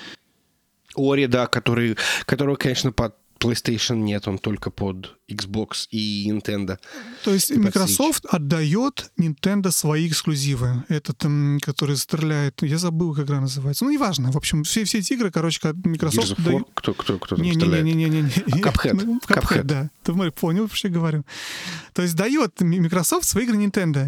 Speaker 2: Ори, да, который, которого, конечно, под PlayStation нет, он только под Xbox и Nintendo.
Speaker 1: То есть Microsoft отдает Nintendo свои эксклюзивы. Этот, который стреляет... Я забыл, как игра называется. Ну, неважно. В общем, все, все эти игры, короче, Microsoft дает...
Speaker 2: Кто, кто, кто там
Speaker 1: не,
Speaker 2: стреляет?
Speaker 1: Не-не-не.
Speaker 2: Cuphead.
Speaker 1: Ну, Cuphead, да. Ты понял, что я говорю. То есть дает Microsoft свои игры Nintendo.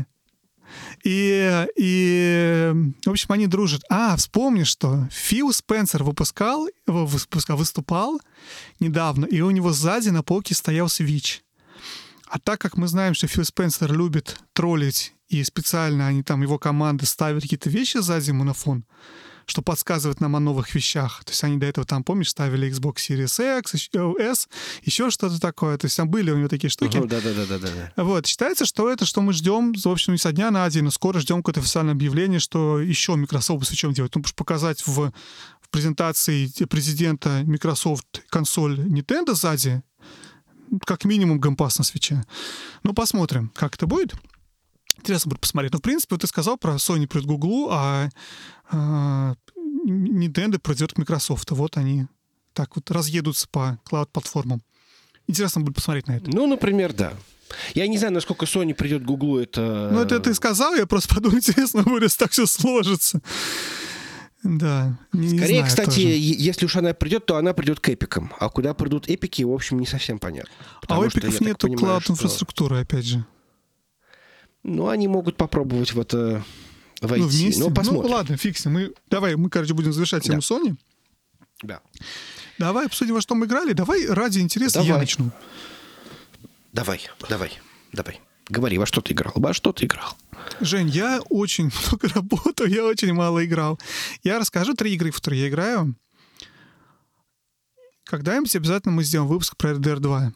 Speaker 1: И, и, в общем, они дружат. А, вспомни, что Фил Спенсер выпускал, выпускал, выступал недавно, и у него сзади на полке стоял Switch. А так как мы знаем, что Фил Спенсер любит троллить и специально они там, его команды ставят какие-то вещи сзади ему на фон, что подсказывает нам о новых вещах. То есть они до этого там, помнишь, ставили Xbox Series X, S, еще что-то такое. То есть там были у него такие штуки.
Speaker 2: Угу, да-да-да.
Speaker 1: Вот. Считается, что это, что мы ждем, в общем, не со дня на день, но скоро ждем какое-то официальное объявление, что еще Microsoft с чем делать. Ну, потому что показать в, в презентации президента Microsoft консоль Nintendo сзади, как минимум геймпасс на свитче. Ну, посмотрим, как это будет. Интересно будет посмотреть. Но, в принципе, вот ты сказал про Sony придет к Google, а, а Nintendo придет к Microsoft. Вот они так вот разъедутся по клауд-платформам. Интересно будет посмотреть на это.
Speaker 2: Ну, например, да. Я не знаю, насколько Sony придет к Google, это...
Speaker 1: Ну, это ты сказал, я просто подумал, интересно будет, если так все сложится. Да. Не,
Speaker 2: Скорее,
Speaker 1: не знаю,
Speaker 2: кстати,
Speaker 1: тоже.
Speaker 2: если уж она придет, то она придет к эпикам. А куда придут эпики, в общем, не совсем понятно.
Speaker 1: А у эпиков нету клауд-инфраструктуры, опять же.
Speaker 2: Ну, они могут попробовать в это войти.
Speaker 1: Ну, вместе.
Speaker 2: Ну, посмотрим.
Speaker 1: Ну, ладно, фиксим. Мы, давай, мы, короче, будем завершать тему
Speaker 2: Да.
Speaker 1: Sony.
Speaker 2: Да.
Speaker 1: Давай обсудим, во что мы играли. Давай ради интереса
Speaker 2: Давай.
Speaker 1: я начну.
Speaker 2: Давай, давай, давай. Говори, во что ты играл? Во что ты играл?
Speaker 1: Жень, я очень много работаю, я очень мало играл. Я расскажу три игры, в которые я играю. Когда-нибудь обязательно мы сделаем выпуск про эр дэ эр два.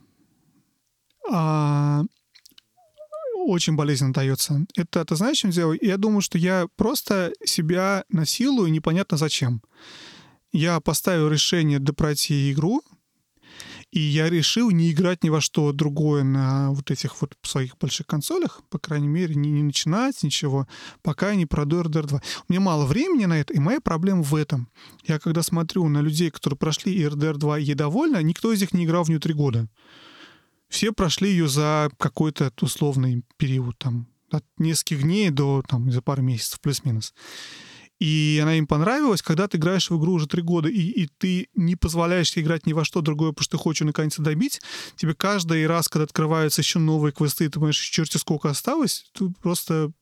Speaker 1: А, очень болезненно дается. Это, ты знаешь, чем делаю? Я думаю, что я просто себя насилую непонятно зачем. Я поставил решение допройти игру, и я решил не играть ни во что другое на вот этих вот своих больших консолях, по крайней мере, не, не начинать ничего, пока я не пройду эр дэ эр два. У меня мало времени на это, и моя проблема в этом. Я когда смотрю на людей, которые прошли эр дэ эр два и ей довольны, никто из них не играл в нее три года. Все прошли ее за какой-то условный период, там, от нескольких дней до там, за пару месяцев, плюс-минус. И она им понравилась, когда ты играешь в игру уже три года, и, и ты не позволяешь себе играть ни во что другое, потому что ты хочешь наконец добить, тебе каждый раз, когда открываются еще новые квесты, ты понимаешь, черти сколько осталось, ты просто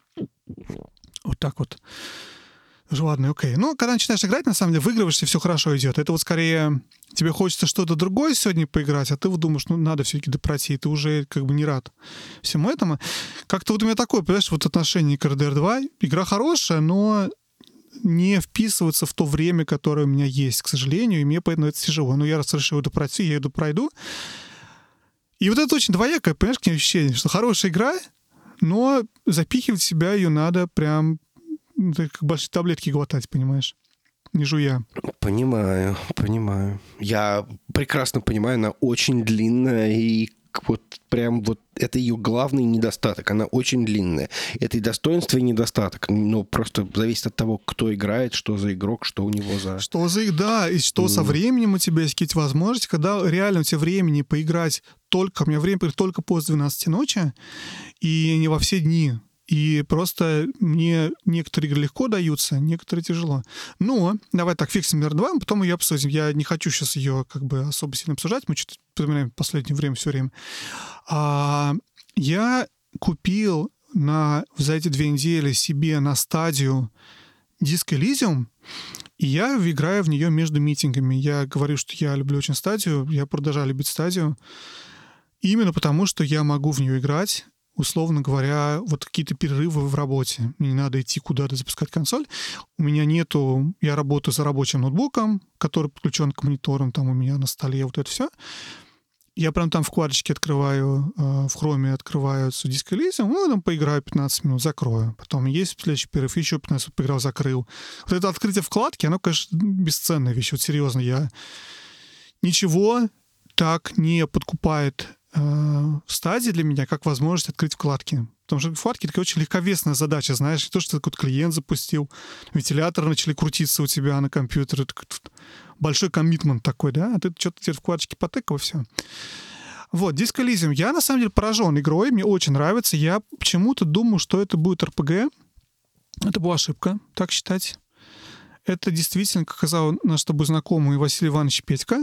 Speaker 1: вот так вот. Ладно, окей. Ну, когда начинаешь играть, на самом деле, выигрываешься, все хорошо идет. Это вот скорее тебе хочется что-то другое сегодня поиграть, а ты вот думаешь, ну, надо все-таки допройти, и ты уже как бы не рад всему этому. Как-то вот у меня такое, понимаешь, вот отношение к эр дэ эр два. Игра хорошая, но не вписываться в то время, которое у меня есть, к сожалению, и мне поэтому это тяжело. Но я раз решил это пройти, я иду пройду. И вот это очень двоякое, понимаешь, к ней ощущение, что хорошая игра, но запихивать в себя ее надо прям как большие таблетки глотать, понимаешь? Не жуя.
Speaker 2: Понимаю, понимаю. Я прекрасно понимаю, она очень длинная, и вот прям вот это ее главный недостаток. Она очень длинная. Это и достоинство, и недостаток. Но просто зависит от того, кто играет, что за игрок, что у него за...
Speaker 1: Что за... Да, и что mm. со временем у тебя есть какие-то возможности, когда реально у тебя времени поиграть только... У меня время только после двенадцати ночи, и не во все дни. И просто мне некоторые игры легко даются, некоторые тяжело. Но давай так, фиксим эр два, потом ее обсудим. Я не хочу сейчас ее как бы особо сильно обсуждать, мы что-то вспоминаем в последнее время все время. А, я купил на, за эти две недели себе на стадию Disco Elysium, и я играю в нее между митингами. Я говорю, что я люблю очень стадию, я продолжаю любить стадию, именно потому, что я могу в нее играть, условно говоря, вот какие-то перерывы в работе. Мне не надо идти куда-то запускать консоль. У меня нету... Я работаю за рабочим ноутбуком, который подключен к мониторам, там у меня на столе вот это все. Я прям там вкладочки открываю, в Chrome открываю Disco Elysium, ну, там поиграю пятнадцать минут, закрою. Потом есть следующий перерыв, еще пятнадцать минут поиграл, закрыл. Вот это открытие вкладки, оно, конечно, бесценная вещь. Вот серьезно, я... Ничего так не подкупает в стадии для меня, как возможность открыть вкладки. Потому что вкладки — такая очень легковесная задача, знаешь, не то, что ты какой-то клиент запустил, вентиляторы начали крутиться у тебя на компьютере, это большой коммитмент такой, да, а ты что-то теперь вкладочки потыкал, и все. Вот, Disco Elysium. Я, на самом деле, поражен игрой, мне очень нравится. Я почему-то думаю, что это будет эр пи джи. Это была ошибка, так считать. Это действительно, как сказал наш с тобой знакомый Василий Иванович Петька,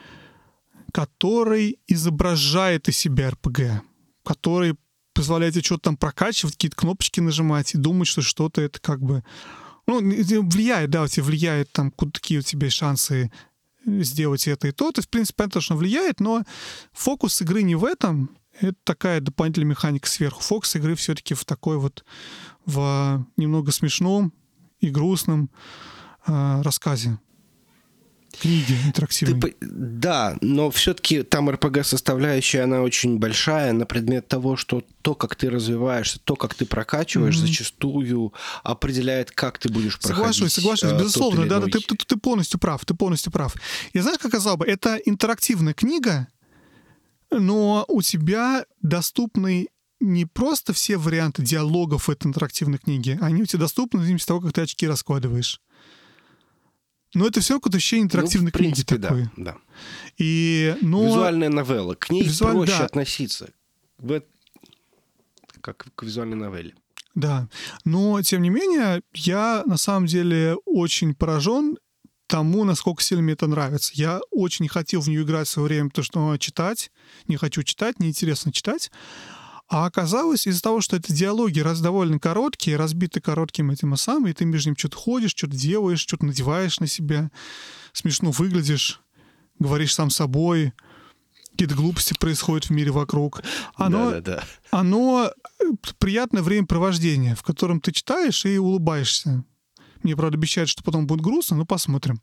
Speaker 1: который изображает из себя эр пи джи, который позволяет тебе что-то там прокачивать, какие-то кнопочки нажимать и думать, что что-то это как бы... Ну, влияет, да, у тебя влияет там, какие у тебя шансы сделать это и то. То есть, в принципе, понятно, что влияет, но фокус игры не в этом. Это такая дополнительная механика сверху. Фокус игры все-таки в такой вот, в немного смешном и грустном э, рассказе. Книги интерактивной.
Speaker 2: Ты, да, но все-таки там эр пи джи-составляющая, она очень большая на предмет того, что то, как ты развиваешься, то, как ты прокачиваешь, mm-hmm. зачастую определяет, как ты будешь проходить.
Speaker 1: Соглашусь, соглашусь, безусловно. Да, да, ты, ты, ты полностью прав, ты полностью прав. Я знаешь, как сказал бы, это интерактивная книга, но у тебя доступны не просто все варианты диалогов в этой интерактивной книге, они у тебя доступны из того, как ты очки раскладываешь. Но это все какое-то ощущение интерактивной ну, в принципе, книги такой.
Speaker 2: Да, да.
Speaker 1: И, но...
Speaker 2: Визуальная новелла. К ней Визуаль... проще
Speaker 1: да.
Speaker 2: относиться. В... Как к визуальной новелле.
Speaker 1: Да. Но, тем не менее, я на самом деле очень поражен тому, насколько сильно мне это нравится. Я очень не хотел в нее играть в свое время, потому что ну, читать, не хочу читать, неинтересно читать. А оказалось, из-за того, что это диалоги раз довольно короткие, разбиты коротким этим самым, и ты между ним что-то ходишь, что-то делаешь, что-то надеваешь на себя, смешно выглядишь, говоришь сам собой, какие-то глупости происходят в мире вокруг. Оно, да, да, да. оно приятное времяпровождение, в котором ты читаешь и улыбаешься. Мне, правда, обещают, что потом будет грустно, но посмотрим.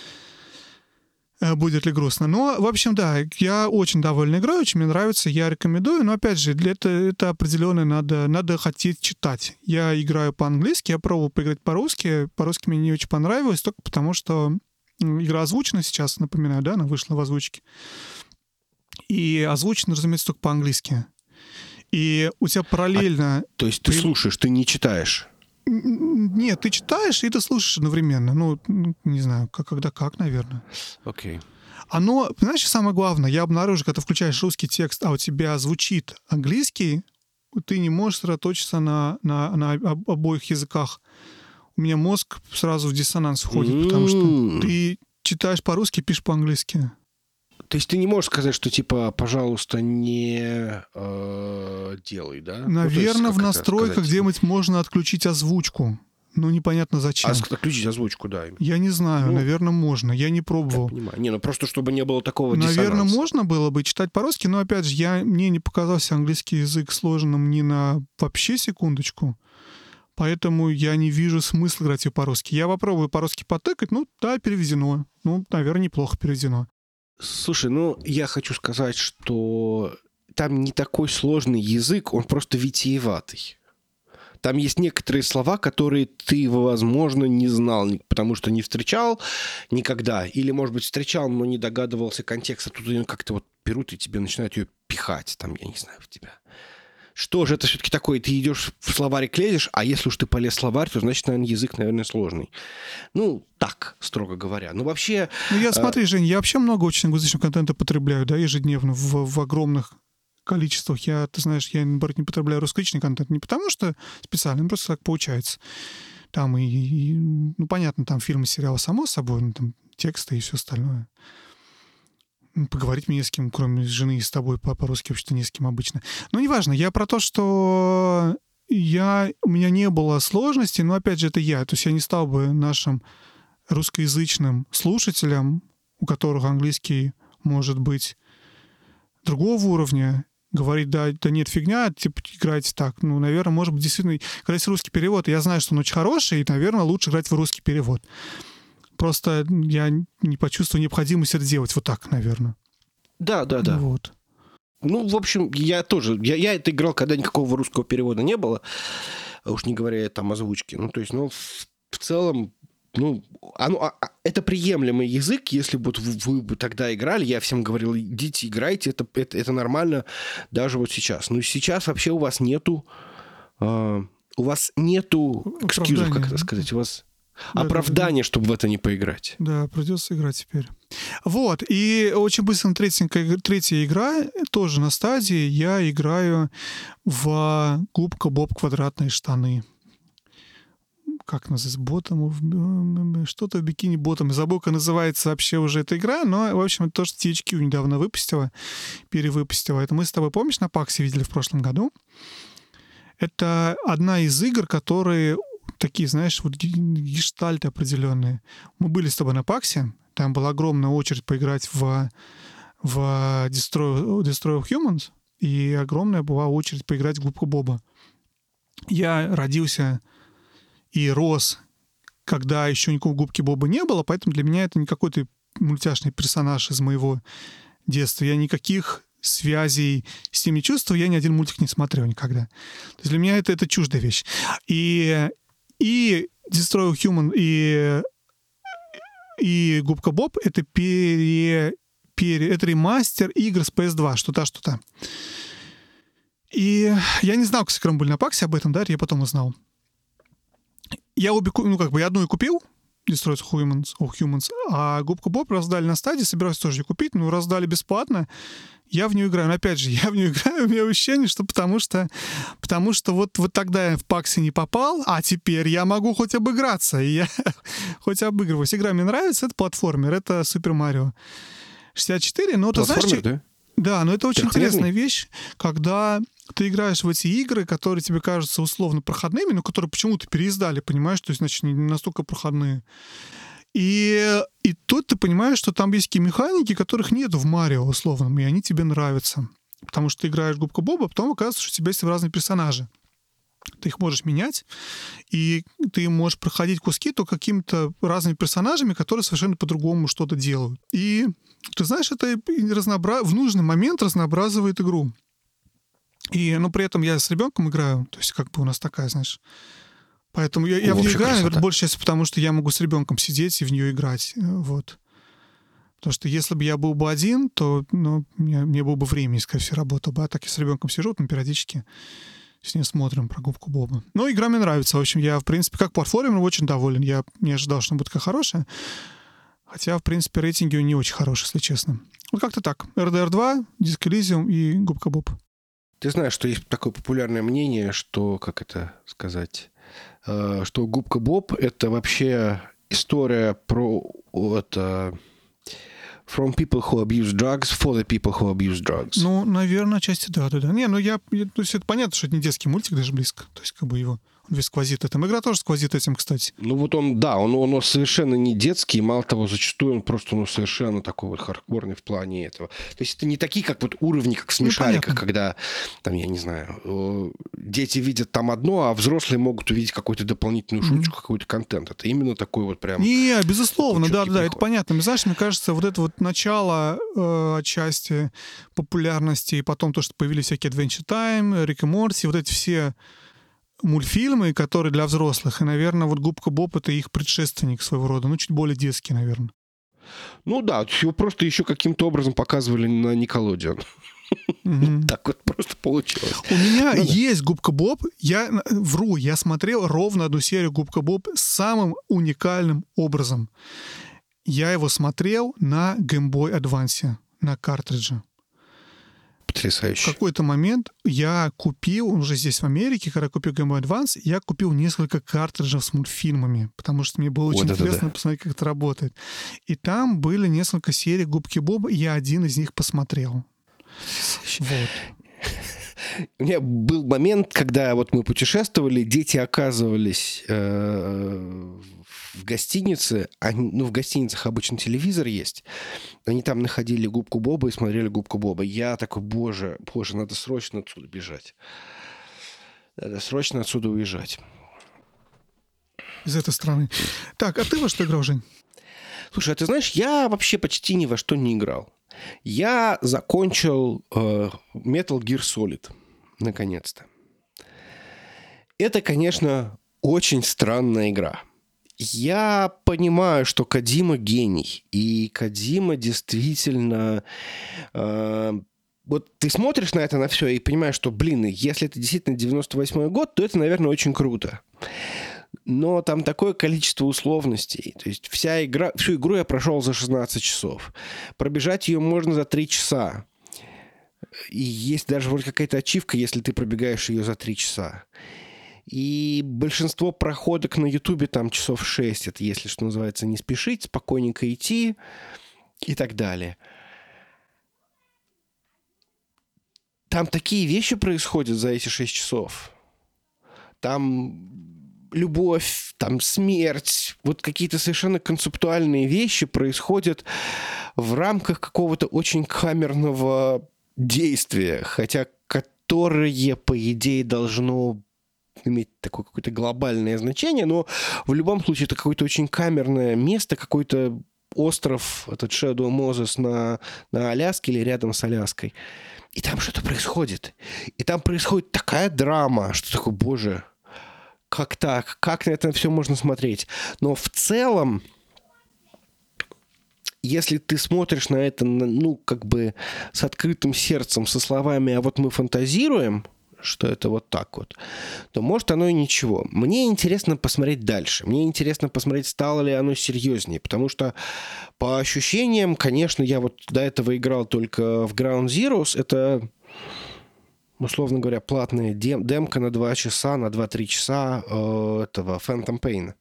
Speaker 1: Будет ли грустно. Но, в общем, да, я очень доволен игрой, очень мне нравится, я рекомендую, но, опять же, для этого это определенно надо, надо хотеть читать. Я играю по-английски, я пробовал поиграть по-русски, по-русски мне не очень понравилось, только потому что игра озвучена сейчас, напоминаю, да, она вышла в озвучке. И озвучена, разумеется, только по-английски. И у тебя параллельно...
Speaker 2: А, то есть ты, ты слушаешь, ты не читаешь?
Speaker 1: Нет, ты читаешь, и ты слушаешь одновременно. Ну, не знаю, как, когда как, наверное.
Speaker 2: Окей. Okay.
Speaker 1: Оно, знаешь, самое главное, я обнаружил, когда ты включаешь русский текст, а у тебя звучит английский, ты не можешь сосредоточиться на, на, на обоих языках. У меня мозг сразу в диссонанс входит, mm-hmm. потому что ты читаешь по-русски, пишешь по-английски.
Speaker 2: То есть ты не можешь сказать, что типа, пожалуйста, не э, делай, да?
Speaker 1: Наверное,
Speaker 2: ну,
Speaker 1: в настройках где-нибудь можно отключить озвучку. Ну, непонятно зачем.
Speaker 2: А отключить озвучку, да.
Speaker 1: Я не знаю, ну, наверное, можно. Я не пробовал.
Speaker 2: Я понимаю. Не, ну просто чтобы не было такого
Speaker 1: наверное,
Speaker 2: диссонанса.
Speaker 1: Наверное, можно было бы читать по-русски, но, опять же, я, мне не показался английский язык сложным ни на вообще секундочку. Поэтому я не вижу смысла играть ее по-русски. Я попробую по-русски потыкать, ну, да, переведено. Ну, наверное, неплохо переведено.
Speaker 2: Слушай, ну, я хочу сказать, что там не такой сложный язык, он просто витиеватый. Там есть некоторые слова, которые ты, возможно, не знал, потому что не встречал никогда. Или, может быть, встречал, но не догадывался контекста. Тут они как-то вот берут и тебе начинают ее пихать, там, я не знаю, в тебя. Что же это все-таки такое? Ты идешь в словарик лезешь, а если уж ты полез в словарь, то, значит, наверное, язык, наверное, сложный. Ну, так, строго говоря. Ну, вообще...
Speaker 1: Ну, я, смотри, Жень, я вообще много очень англоязычного контента потребляю, да, ежедневно, в, в огромных количествах. Я, ты знаешь, я, наоборот, не потребляю русскоязычный контент не потому, что специально, просто так получается. Там и, и ну, понятно, там фильмы, сериалы, само собой, ну, там тексты и все остальное. Поговорить мне не с кем, кроме жены и с тобой по-русски вообще-то не с кем обычно. Но неважно, я про то, что я, у меня не было сложностей, но опять же это я. То есть я не стал бы нашим русскоязычным слушателям, у которых английский может быть другого уровня, говорить, да, да нет, фигня, типа, играйте так. Ну, наверное, может быть, действительно, когда есть русский перевод, я знаю, что он очень хороший, и, наверное, лучше играть в русский перевод. Просто я не почувствовал необходимость это делать. Вот так, наверное.
Speaker 2: Да, да, да.
Speaker 1: Вот.
Speaker 2: Ну, в общем, я тоже... Я, я это играл, когда никакого русского перевода не было. Уж не говоря там озвучки. Ну, то есть, ну, в, в целом, ну, оно, а, это приемлемый язык. Если бы вот вы бы тогда играли, я всем говорил, идите, играйте, это, это, это нормально даже вот сейчас. Но сейчас вообще у вас нету... Э, у вас нету... Экскьюзов, как это сказать? У вас... Да, оправдание, да, да. чтобы в это не поиграть.
Speaker 1: Да, придется играть теперь. Вот, и очень быстро третья, третья игра, тоже на стадии, я играю в Губка Боб квадратные штаны. Как называется? Ботом, что-то в бикини ботом. Забыл, как называется вообще уже эта игра, но, в общем, это то, что ти эйч кью недавно выпустила, перевыпустила. Это мы с тобой, помнишь, на Паксе видели в прошлом году? Это одна из игр, которые... такие, знаешь, вот гештальты определенные. Мы были с тобой на Паксе, там была огромная очередь поиграть в, в Destroy, Destroy of Humans, и огромная была очередь поиграть в Губку Боба. Я родился и рос, когда еще никакого Губки Боба не было, поэтому для меня это не какой-то мультяшный персонаж из моего детства. Я никаких связей с ним не чувствую, я ни один мультик не смотрел никогда. То есть для меня это, это чуждая вещь. И, и Destroy Human и, и Губка Боб — это пере, пере, это ремастер игр с пи эс два, что-то, что-то. И я не знал, кстати, когда мы были на Паксе об этом, да, я потом узнал. Я обе, ну, как бы, я одну и купил, Destroy Humans, oh, Humans, а Губка Боб раздали на стадии, собираюсь тоже ее купить, но раздали бесплатно. Я в нее играю. Но опять же, я в нее играю, у меня ощущение, что потому что, потому что вот, вот тогда я в Паксе не попал, а теперь я могу хоть обыграться. И я хоть обыгрываюсь. Игра мне нравится, это платформер, это Супер Марио шестьдесят четыре. Но ты знаешь,
Speaker 2: да?
Speaker 1: Да, но это очень интересная вещь, когда ты играешь в эти игры, которые тебе кажутся условно проходными, но которые почему-то переиздали, понимаешь? То есть, значит, не настолько проходные. И, и тут ты понимаешь, что там есть такие механики, которых нет в Марио условном, и они тебе нравятся. Потому что ты играешь в Губка Боба, а потом оказывается, что у тебя есть разные персонажи. Ты их можешь менять, и ты можешь проходить куски то какими-то разными персонажами, которые совершенно по-другому что-то делают. И ты знаешь, это разнообра... в нужный момент разнообразивает игру. И, ну, при этом я с ребенком играю, то есть как бы у нас такая, знаешь... Поэтому я, я в нее играю, наверное, больше сейчас, потому что я могу с ребенком сидеть и в нее играть. Вот. Потому что если бы я был бы один, то ну, мне, мне было бы времени, скорее всего, работал бы. А так я с ребенком сижу, там периодически с ней смотрим про Губку Боба. Ну, игра мне нравится. В общем, я, в принципе, как платформер очень доволен. Я не ожидал, что она будет такая хорошая. Хотя, в принципе, рейтинги у нее не очень хорошие, если честно. Вот как-то так. эр дэ эр два, Disco Elysium и Губка Боб.
Speaker 2: Ты знаешь, что есть такое популярное мнение, что, как это сказать... что Губка Боб — это вообще история про это from people who abuse drugs for the people who abuse drugs.
Speaker 1: Ну, наверное, отчасти да, да, да. Не, ну я, я, то есть это понятно, что это не детский мультик даже близко. То есть как бы его он весь сквозит этим. Игра тоже сквозит этим, кстати.
Speaker 2: Ну вот он, да, он, он совершенно не детский, мало того, зачастую он просто ну, совершенно такой вот хардкорный в плане этого. То есть это не такие, как вот уровни, как в смешариках, ну, когда, там, я не знаю, дети видят там одно, а взрослые могут увидеть какую-то дополнительную шутку, mm-hmm. какой-то контент. Это именно такой вот прям...
Speaker 1: Не, безусловно, да-да, это понятно. Знаешь, мне кажется, вот это вот начало э, отчасти популярности, и потом то, что появились всякие Adventure Time, Рик и Морти, вот эти все мультфильмы, которые для взрослых. И, наверное, вот Губка Боб — это их предшественник своего рода. Ну, чуть более детский, наверное.
Speaker 2: Ну да, его просто еще каким-то образом показывали на Никелодеон. Mm-hmm. Так вот просто получилось.
Speaker 1: У меня ну, есть да. Губка Боб. Я вру, я смотрел ровно одну серию Губка Боб самым уникальным образом. Я его смотрел на Game Boy Advance, на картридже.
Speaker 2: Потрясающе.
Speaker 1: В какой-то момент я купил, уже здесь в Америке, когда купил Game Boy Advance, я купил несколько картриджев с мультфильмами, потому что мне было очень вот интересно да. посмотреть, как это работает. И там были несколько серий Губки Боба, и я один из них посмотрел. Вот.
Speaker 2: У меня был момент, когда вот мы путешествовали, дети оказывались э, в гостинице, они, ну, в гостиницах обычно телевизор есть, они там находили Губку Боба и смотрели Губку Боба. Я такой, боже, боже, надо срочно отсюда бежать. Надо срочно отсюда уезжать.
Speaker 1: Из этой страны. Так, а ты во что играл, Жень?
Speaker 2: Слушай, а ты знаешь, я вообще почти ни во что не играл. Я закончил э, Metal Gear Solid, наконец-то. Это, конечно, очень странная игра. Я понимаю, что Кодзима гений, и Кодзима действительно... Э, вот ты смотришь на это, на все, и понимаешь, что, блин, если это действительно девяносто восьмой год, то это, наверное, очень круто. Но там такое количество условностей. То есть вся игра, всю игру я прошел за шестнадцать часов. Пробежать ее можно за три часа. И есть даже вроде какая-то ачивка, если ты пробегаешь ее за три часа. И большинство проходок на Ютубе там часов шесть. Это, если что называется, не спешить, спокойненько идти и так далее. Там такие вещи происходят за эти шесть часов. Там... любовь, там смерть, вот какие-то совершенно концептуальные вещи происходят в рамках какого-то очень камерного действие, хотя которое, по идее, должно иметь такое какое-то глобальное значение, но в любом случае это какое-то очень камерное место, какой-то остров, этот Shadow Moses на, на Аляске или рядом с Аляской. И там что-то происходит. И там происходит такая драма, что такое, боже, как так? Как на это все можно смотреть? Но в целом, если ты смотришь на это, ну, как бы с открытым сердцем, со словами «а вот мы фантазируем», что это вот так вот, то может оно и ничего. Мне интересно посмотреть дальше. Мне интересно посмотреть, стало ли оно серьезнее. Потому что по ощущениям, конечно, я вот до этого играл только в Ground Zeroes. Это, условно говоря, платная дем- демка на два часа, на два-три часа э, этого Phantom Pain.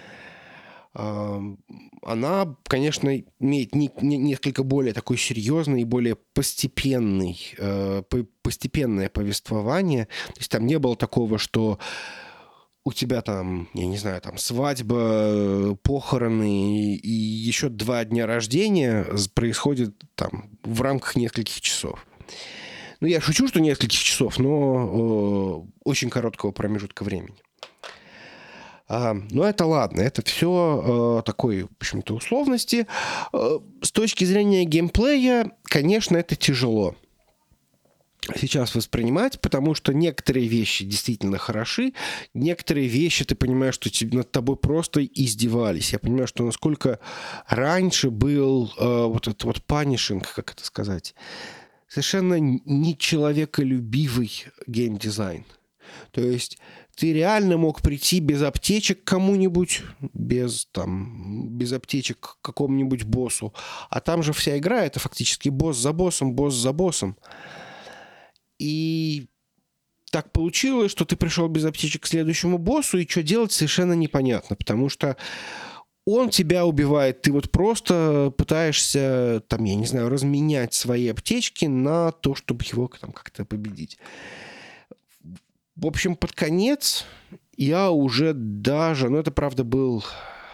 Speaker 2: Она, конечно, имеет не, не, несколько более такой серьезный и более постепенный, э, постепенное повествование. То есть там не было такого, что у тебя там, я не знаю, там свадьба, похороны и еще два дня рождения происходит там в рамках нескольких часов. Ну, я шучу, что нескольких часов, но э, очень короткого промежутка времени. А, но это ладно, это все э, такой, в общем-то, условности. Э, с точки зрения геймплея, конечно, это тяжело сейчас воспринимать, потому что некоторые вещи действительно хороши, некоторые вещи ты понимаешь, что тебе, над тобой просто издевались. Я понимаю, что насколько раньше был э, вот этот вот панишинг, как это сказать, совершенно нечеловеколюбивый геймдизайн. То есть ты реально мог прийти без аптечек к кому-нибудь, без, там, без аптечек к какому-нибудь боссу. А там же вся игра — это фактически босс за боссом, босс за боссом. И так получилось, что ты пришел без аптечек к следующему боссу, и что делать совершенно непонятно, потому что он тебя убивает. Ты вот просто пытаешься, там, я не знаю, разменять свои аптечки на то, чтобы его там как-то победить. В общем, под конец я уже даже... Ну, это, правда, был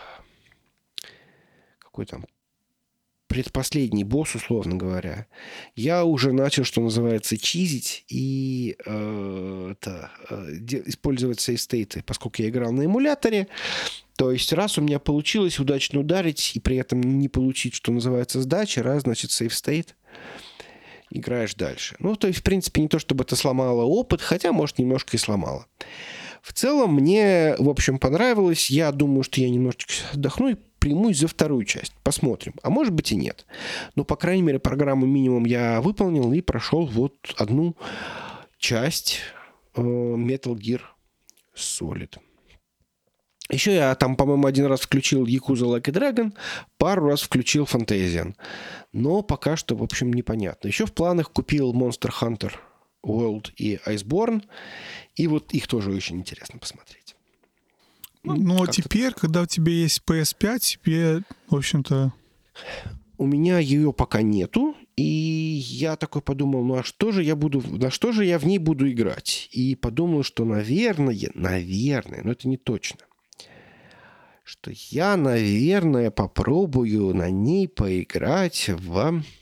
Speaker 2: какой там предпоследний босс, условно говоря. Я уже начал, что называется, чизить и э, это, э, де- использовать сейф-стейты, поскольку я играл на эмуляторе. То есть раз у меня получилось удачно ударить и при этом не получить, что называется, сдачи, раз, значит, сейф-стейт, играешь дальше. Ну, то есть, в принципе, не то, чтобы это сломало опыт, хотя, может, немножко и сломало. В целом, мне, в общем, понравилось. Я думаю, что я немножечко отдохну и примусь за вторую часть. Посмотрим. А может быть и нет. Но, по крайней мере, программу минимум я выполнил и прошел вот одну часть э, Metal Gear Solid. Еще я там, по-моему, один раз включил Yakuza Like a Dragon, пару раз включил Fantasian. Но пока что, в общем, непонятно. Еще в планах купил Monster Hunter World и Iceborne. И вот их тоже очень интересно посмотреть.
Speaker 1: Ну, ну а теперь, так. Когда у тебя есть пи эс пять, тебе, в общем-то...
Speaker 2: У меня ее пока нету. И я такой подумал, ну а что же я буду... На что же я в ней буду играть? И подумал, что, наверное, наверное, но это не точно, что я, наверное, попробую на ней поиграть в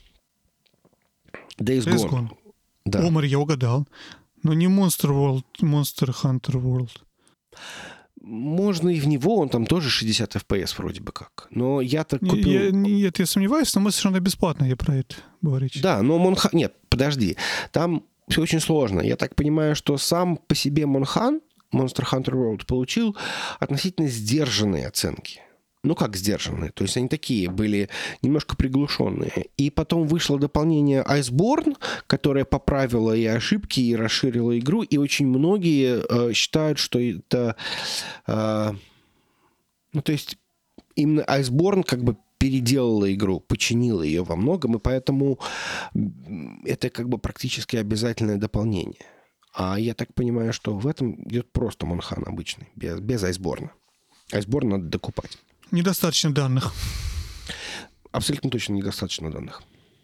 Speaker 2: Days Gone. Days Gone.
Speaker 1: Да. Омар, я угадал. Но не Monster World, Monster Hunter World.
Speaker 2: Можно и в него, он там тоже шестьдесят эф пи эс вроде бы как. Но я так купил...
Speaker 1: Я, нет, я сомневаюсь, но мы совершенно бесплатно, я про это говорить.
Speaker 2: Да, но Монхан... Нет, подожди. Там все очень сложно. Я так понимаю, что сам по себе Монхан, Monster Hunter World, получил относительно сдержанные оценки. Ну, как сдержанные? То есть они такие были немножко приглушенные. И потом вышло дополнение Iceborne, которое поправило и ошибки, и расширило игру. И очень многие э, считают, что это... Э, ну, то есть именно Iceborne как бы переделала игру, починила ее во многом, и поэтому это как бы практически обязательное дополнение. А я так понимаю, что в этом идет просто Монхан обычный, без, без Iceborne. Iceborne надо докупать.
Speaker 1: Недостаточно данных.
Speaker 2: Абсолютно точно недостаточно данных.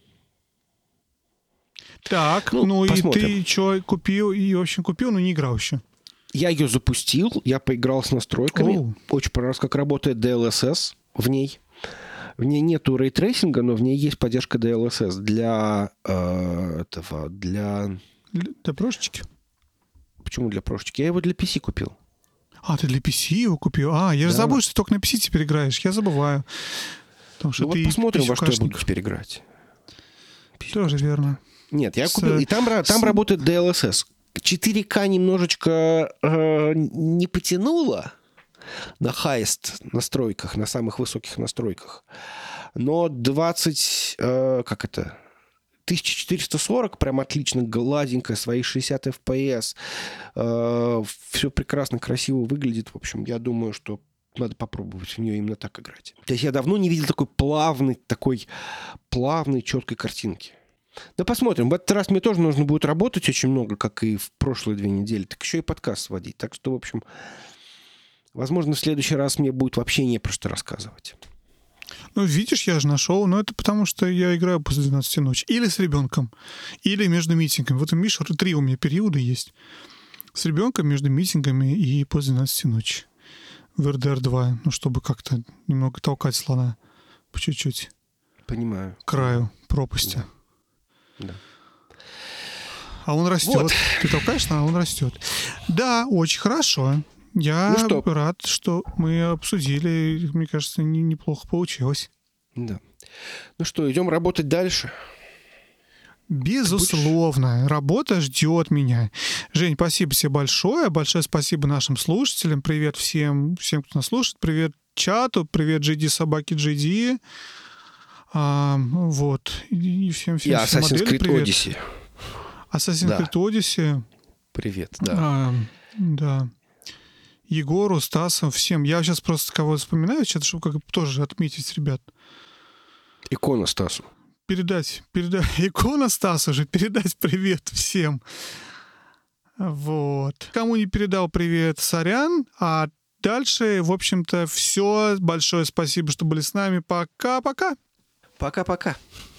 Speaker 1: Так, ну, ну и ты что, купил, и, в общем, купил, но не играл еще?
Speaker 2: Я ее запустил, я поиграл с настройками,
Speaker 1: Оу.
Speaker 2: очень понравилось, как работает ди эл эс эс в ней. В ней нету рейтрейсинга, но в ней есть поддержка ди эл эс эс для э, этого, для...
Speaker 1: Для, для прошечки?
Speaker 2: Почему для прошечки? Я его для пи си купил.
Speaker 1: А, ты для пи си его купил? А, я же
Speaker 2: Да.
Speaker 1: забыл, что ты только на пи си теперь играешь. Я забываю. Потому что
Speaker 2: Ну
Speaker 1: ты
Speaker 2: вот посмотрим, во что я буду
Speaker 1: писюкашник.
Speaker 2: теперь играть.
Speaker 1: Тоже верно.
Speaker 2: Нет, я
Speaker 1: С-
Speaker 2: купил, и там, ра- там
Speaker 1: с-
Speaker 2: работает ди эл эс эс. четыре ка немножечко э, не потянуло на highest настройках, на самых высоких настройках. Но двадцать, э, как это, тысяча четыреста сорок прям отлично, гладенько, свои шестьдесят эф пи эс. Э, все прекрасно, красиво выглядит. В общем, я думаю, что надо попробовать в нее именно так играть. То есть я давно не видел такой плавной, такой плавной, четкой картинки. Да посмотрим. В этот раз мне тоже нужно будет работать очень много, как и в прошлые две недели. Так еще и подкаст сводить. Так что, в общем, возможно, в следующий раз мне будет вообще не про что рассказывать.
Speaker 1: Ну, видишь, я же нашел, но это потому, что я играю после двенадцати ночи. Или с ребенком, или между митингами. Вот, Миша, три у меня периода есть. С ребенком, между митингами и после двенадцати ночи. В эр дэ эр два, ну, чтобы как-то немного толкать слона по чуть-чуть
Speaker 2: Понимаю.
Speaker 1: к краю пропасти.
Speaker 2: Да.
Speaker 1: А он растет.
Speaker 2: Вот.
Speaker 1: Ты толкаешь, а он растет. Да, очень хорошо. Я
Speaker 2: Ну что?
Speaker 1: рад, что мы обсудили. Мне кажется, не- неплохо получилось.
Speaker 2: Да. Ну что, идем работать дальше.
Speaker 1: Безусловно, работа ждет меня. Жень, спасибо тебе большое. Большое спасибо нашим слушателям. Привет всем, всем, кто нас слушает. Привет чату. Привет джей ди собаки джей ди. А, вот. И всем, всем,
Speaker 2: Я
Speaker 1: всем
Speaker 2: Assassin's
Speaker 1: модели
Speaker 2: Creed
Speaker 1: привет.
Speaker 2: Odyssey.
Speaker 1: Assassin's
Speaker 2: Да.
Speaker 1: Creed Odyssey.
Speaker 2: Привет, да.
Speaker 1: А, да. Егору, Стасу, всем. Я сейчас просто кого вспоминаю, сейчас, чтобы как бы тоже отметить, ребят.
Speaker 2: Икона Стасу.
Speaker 1: Передать, передать, икона Стасу же, передать привет всем. Вот. Кому не передал привет, сорян. А дальше, в общем-то, все. Большое спасибо, что были с нами. Пока-пока.
Speaker 2: Пока-пока.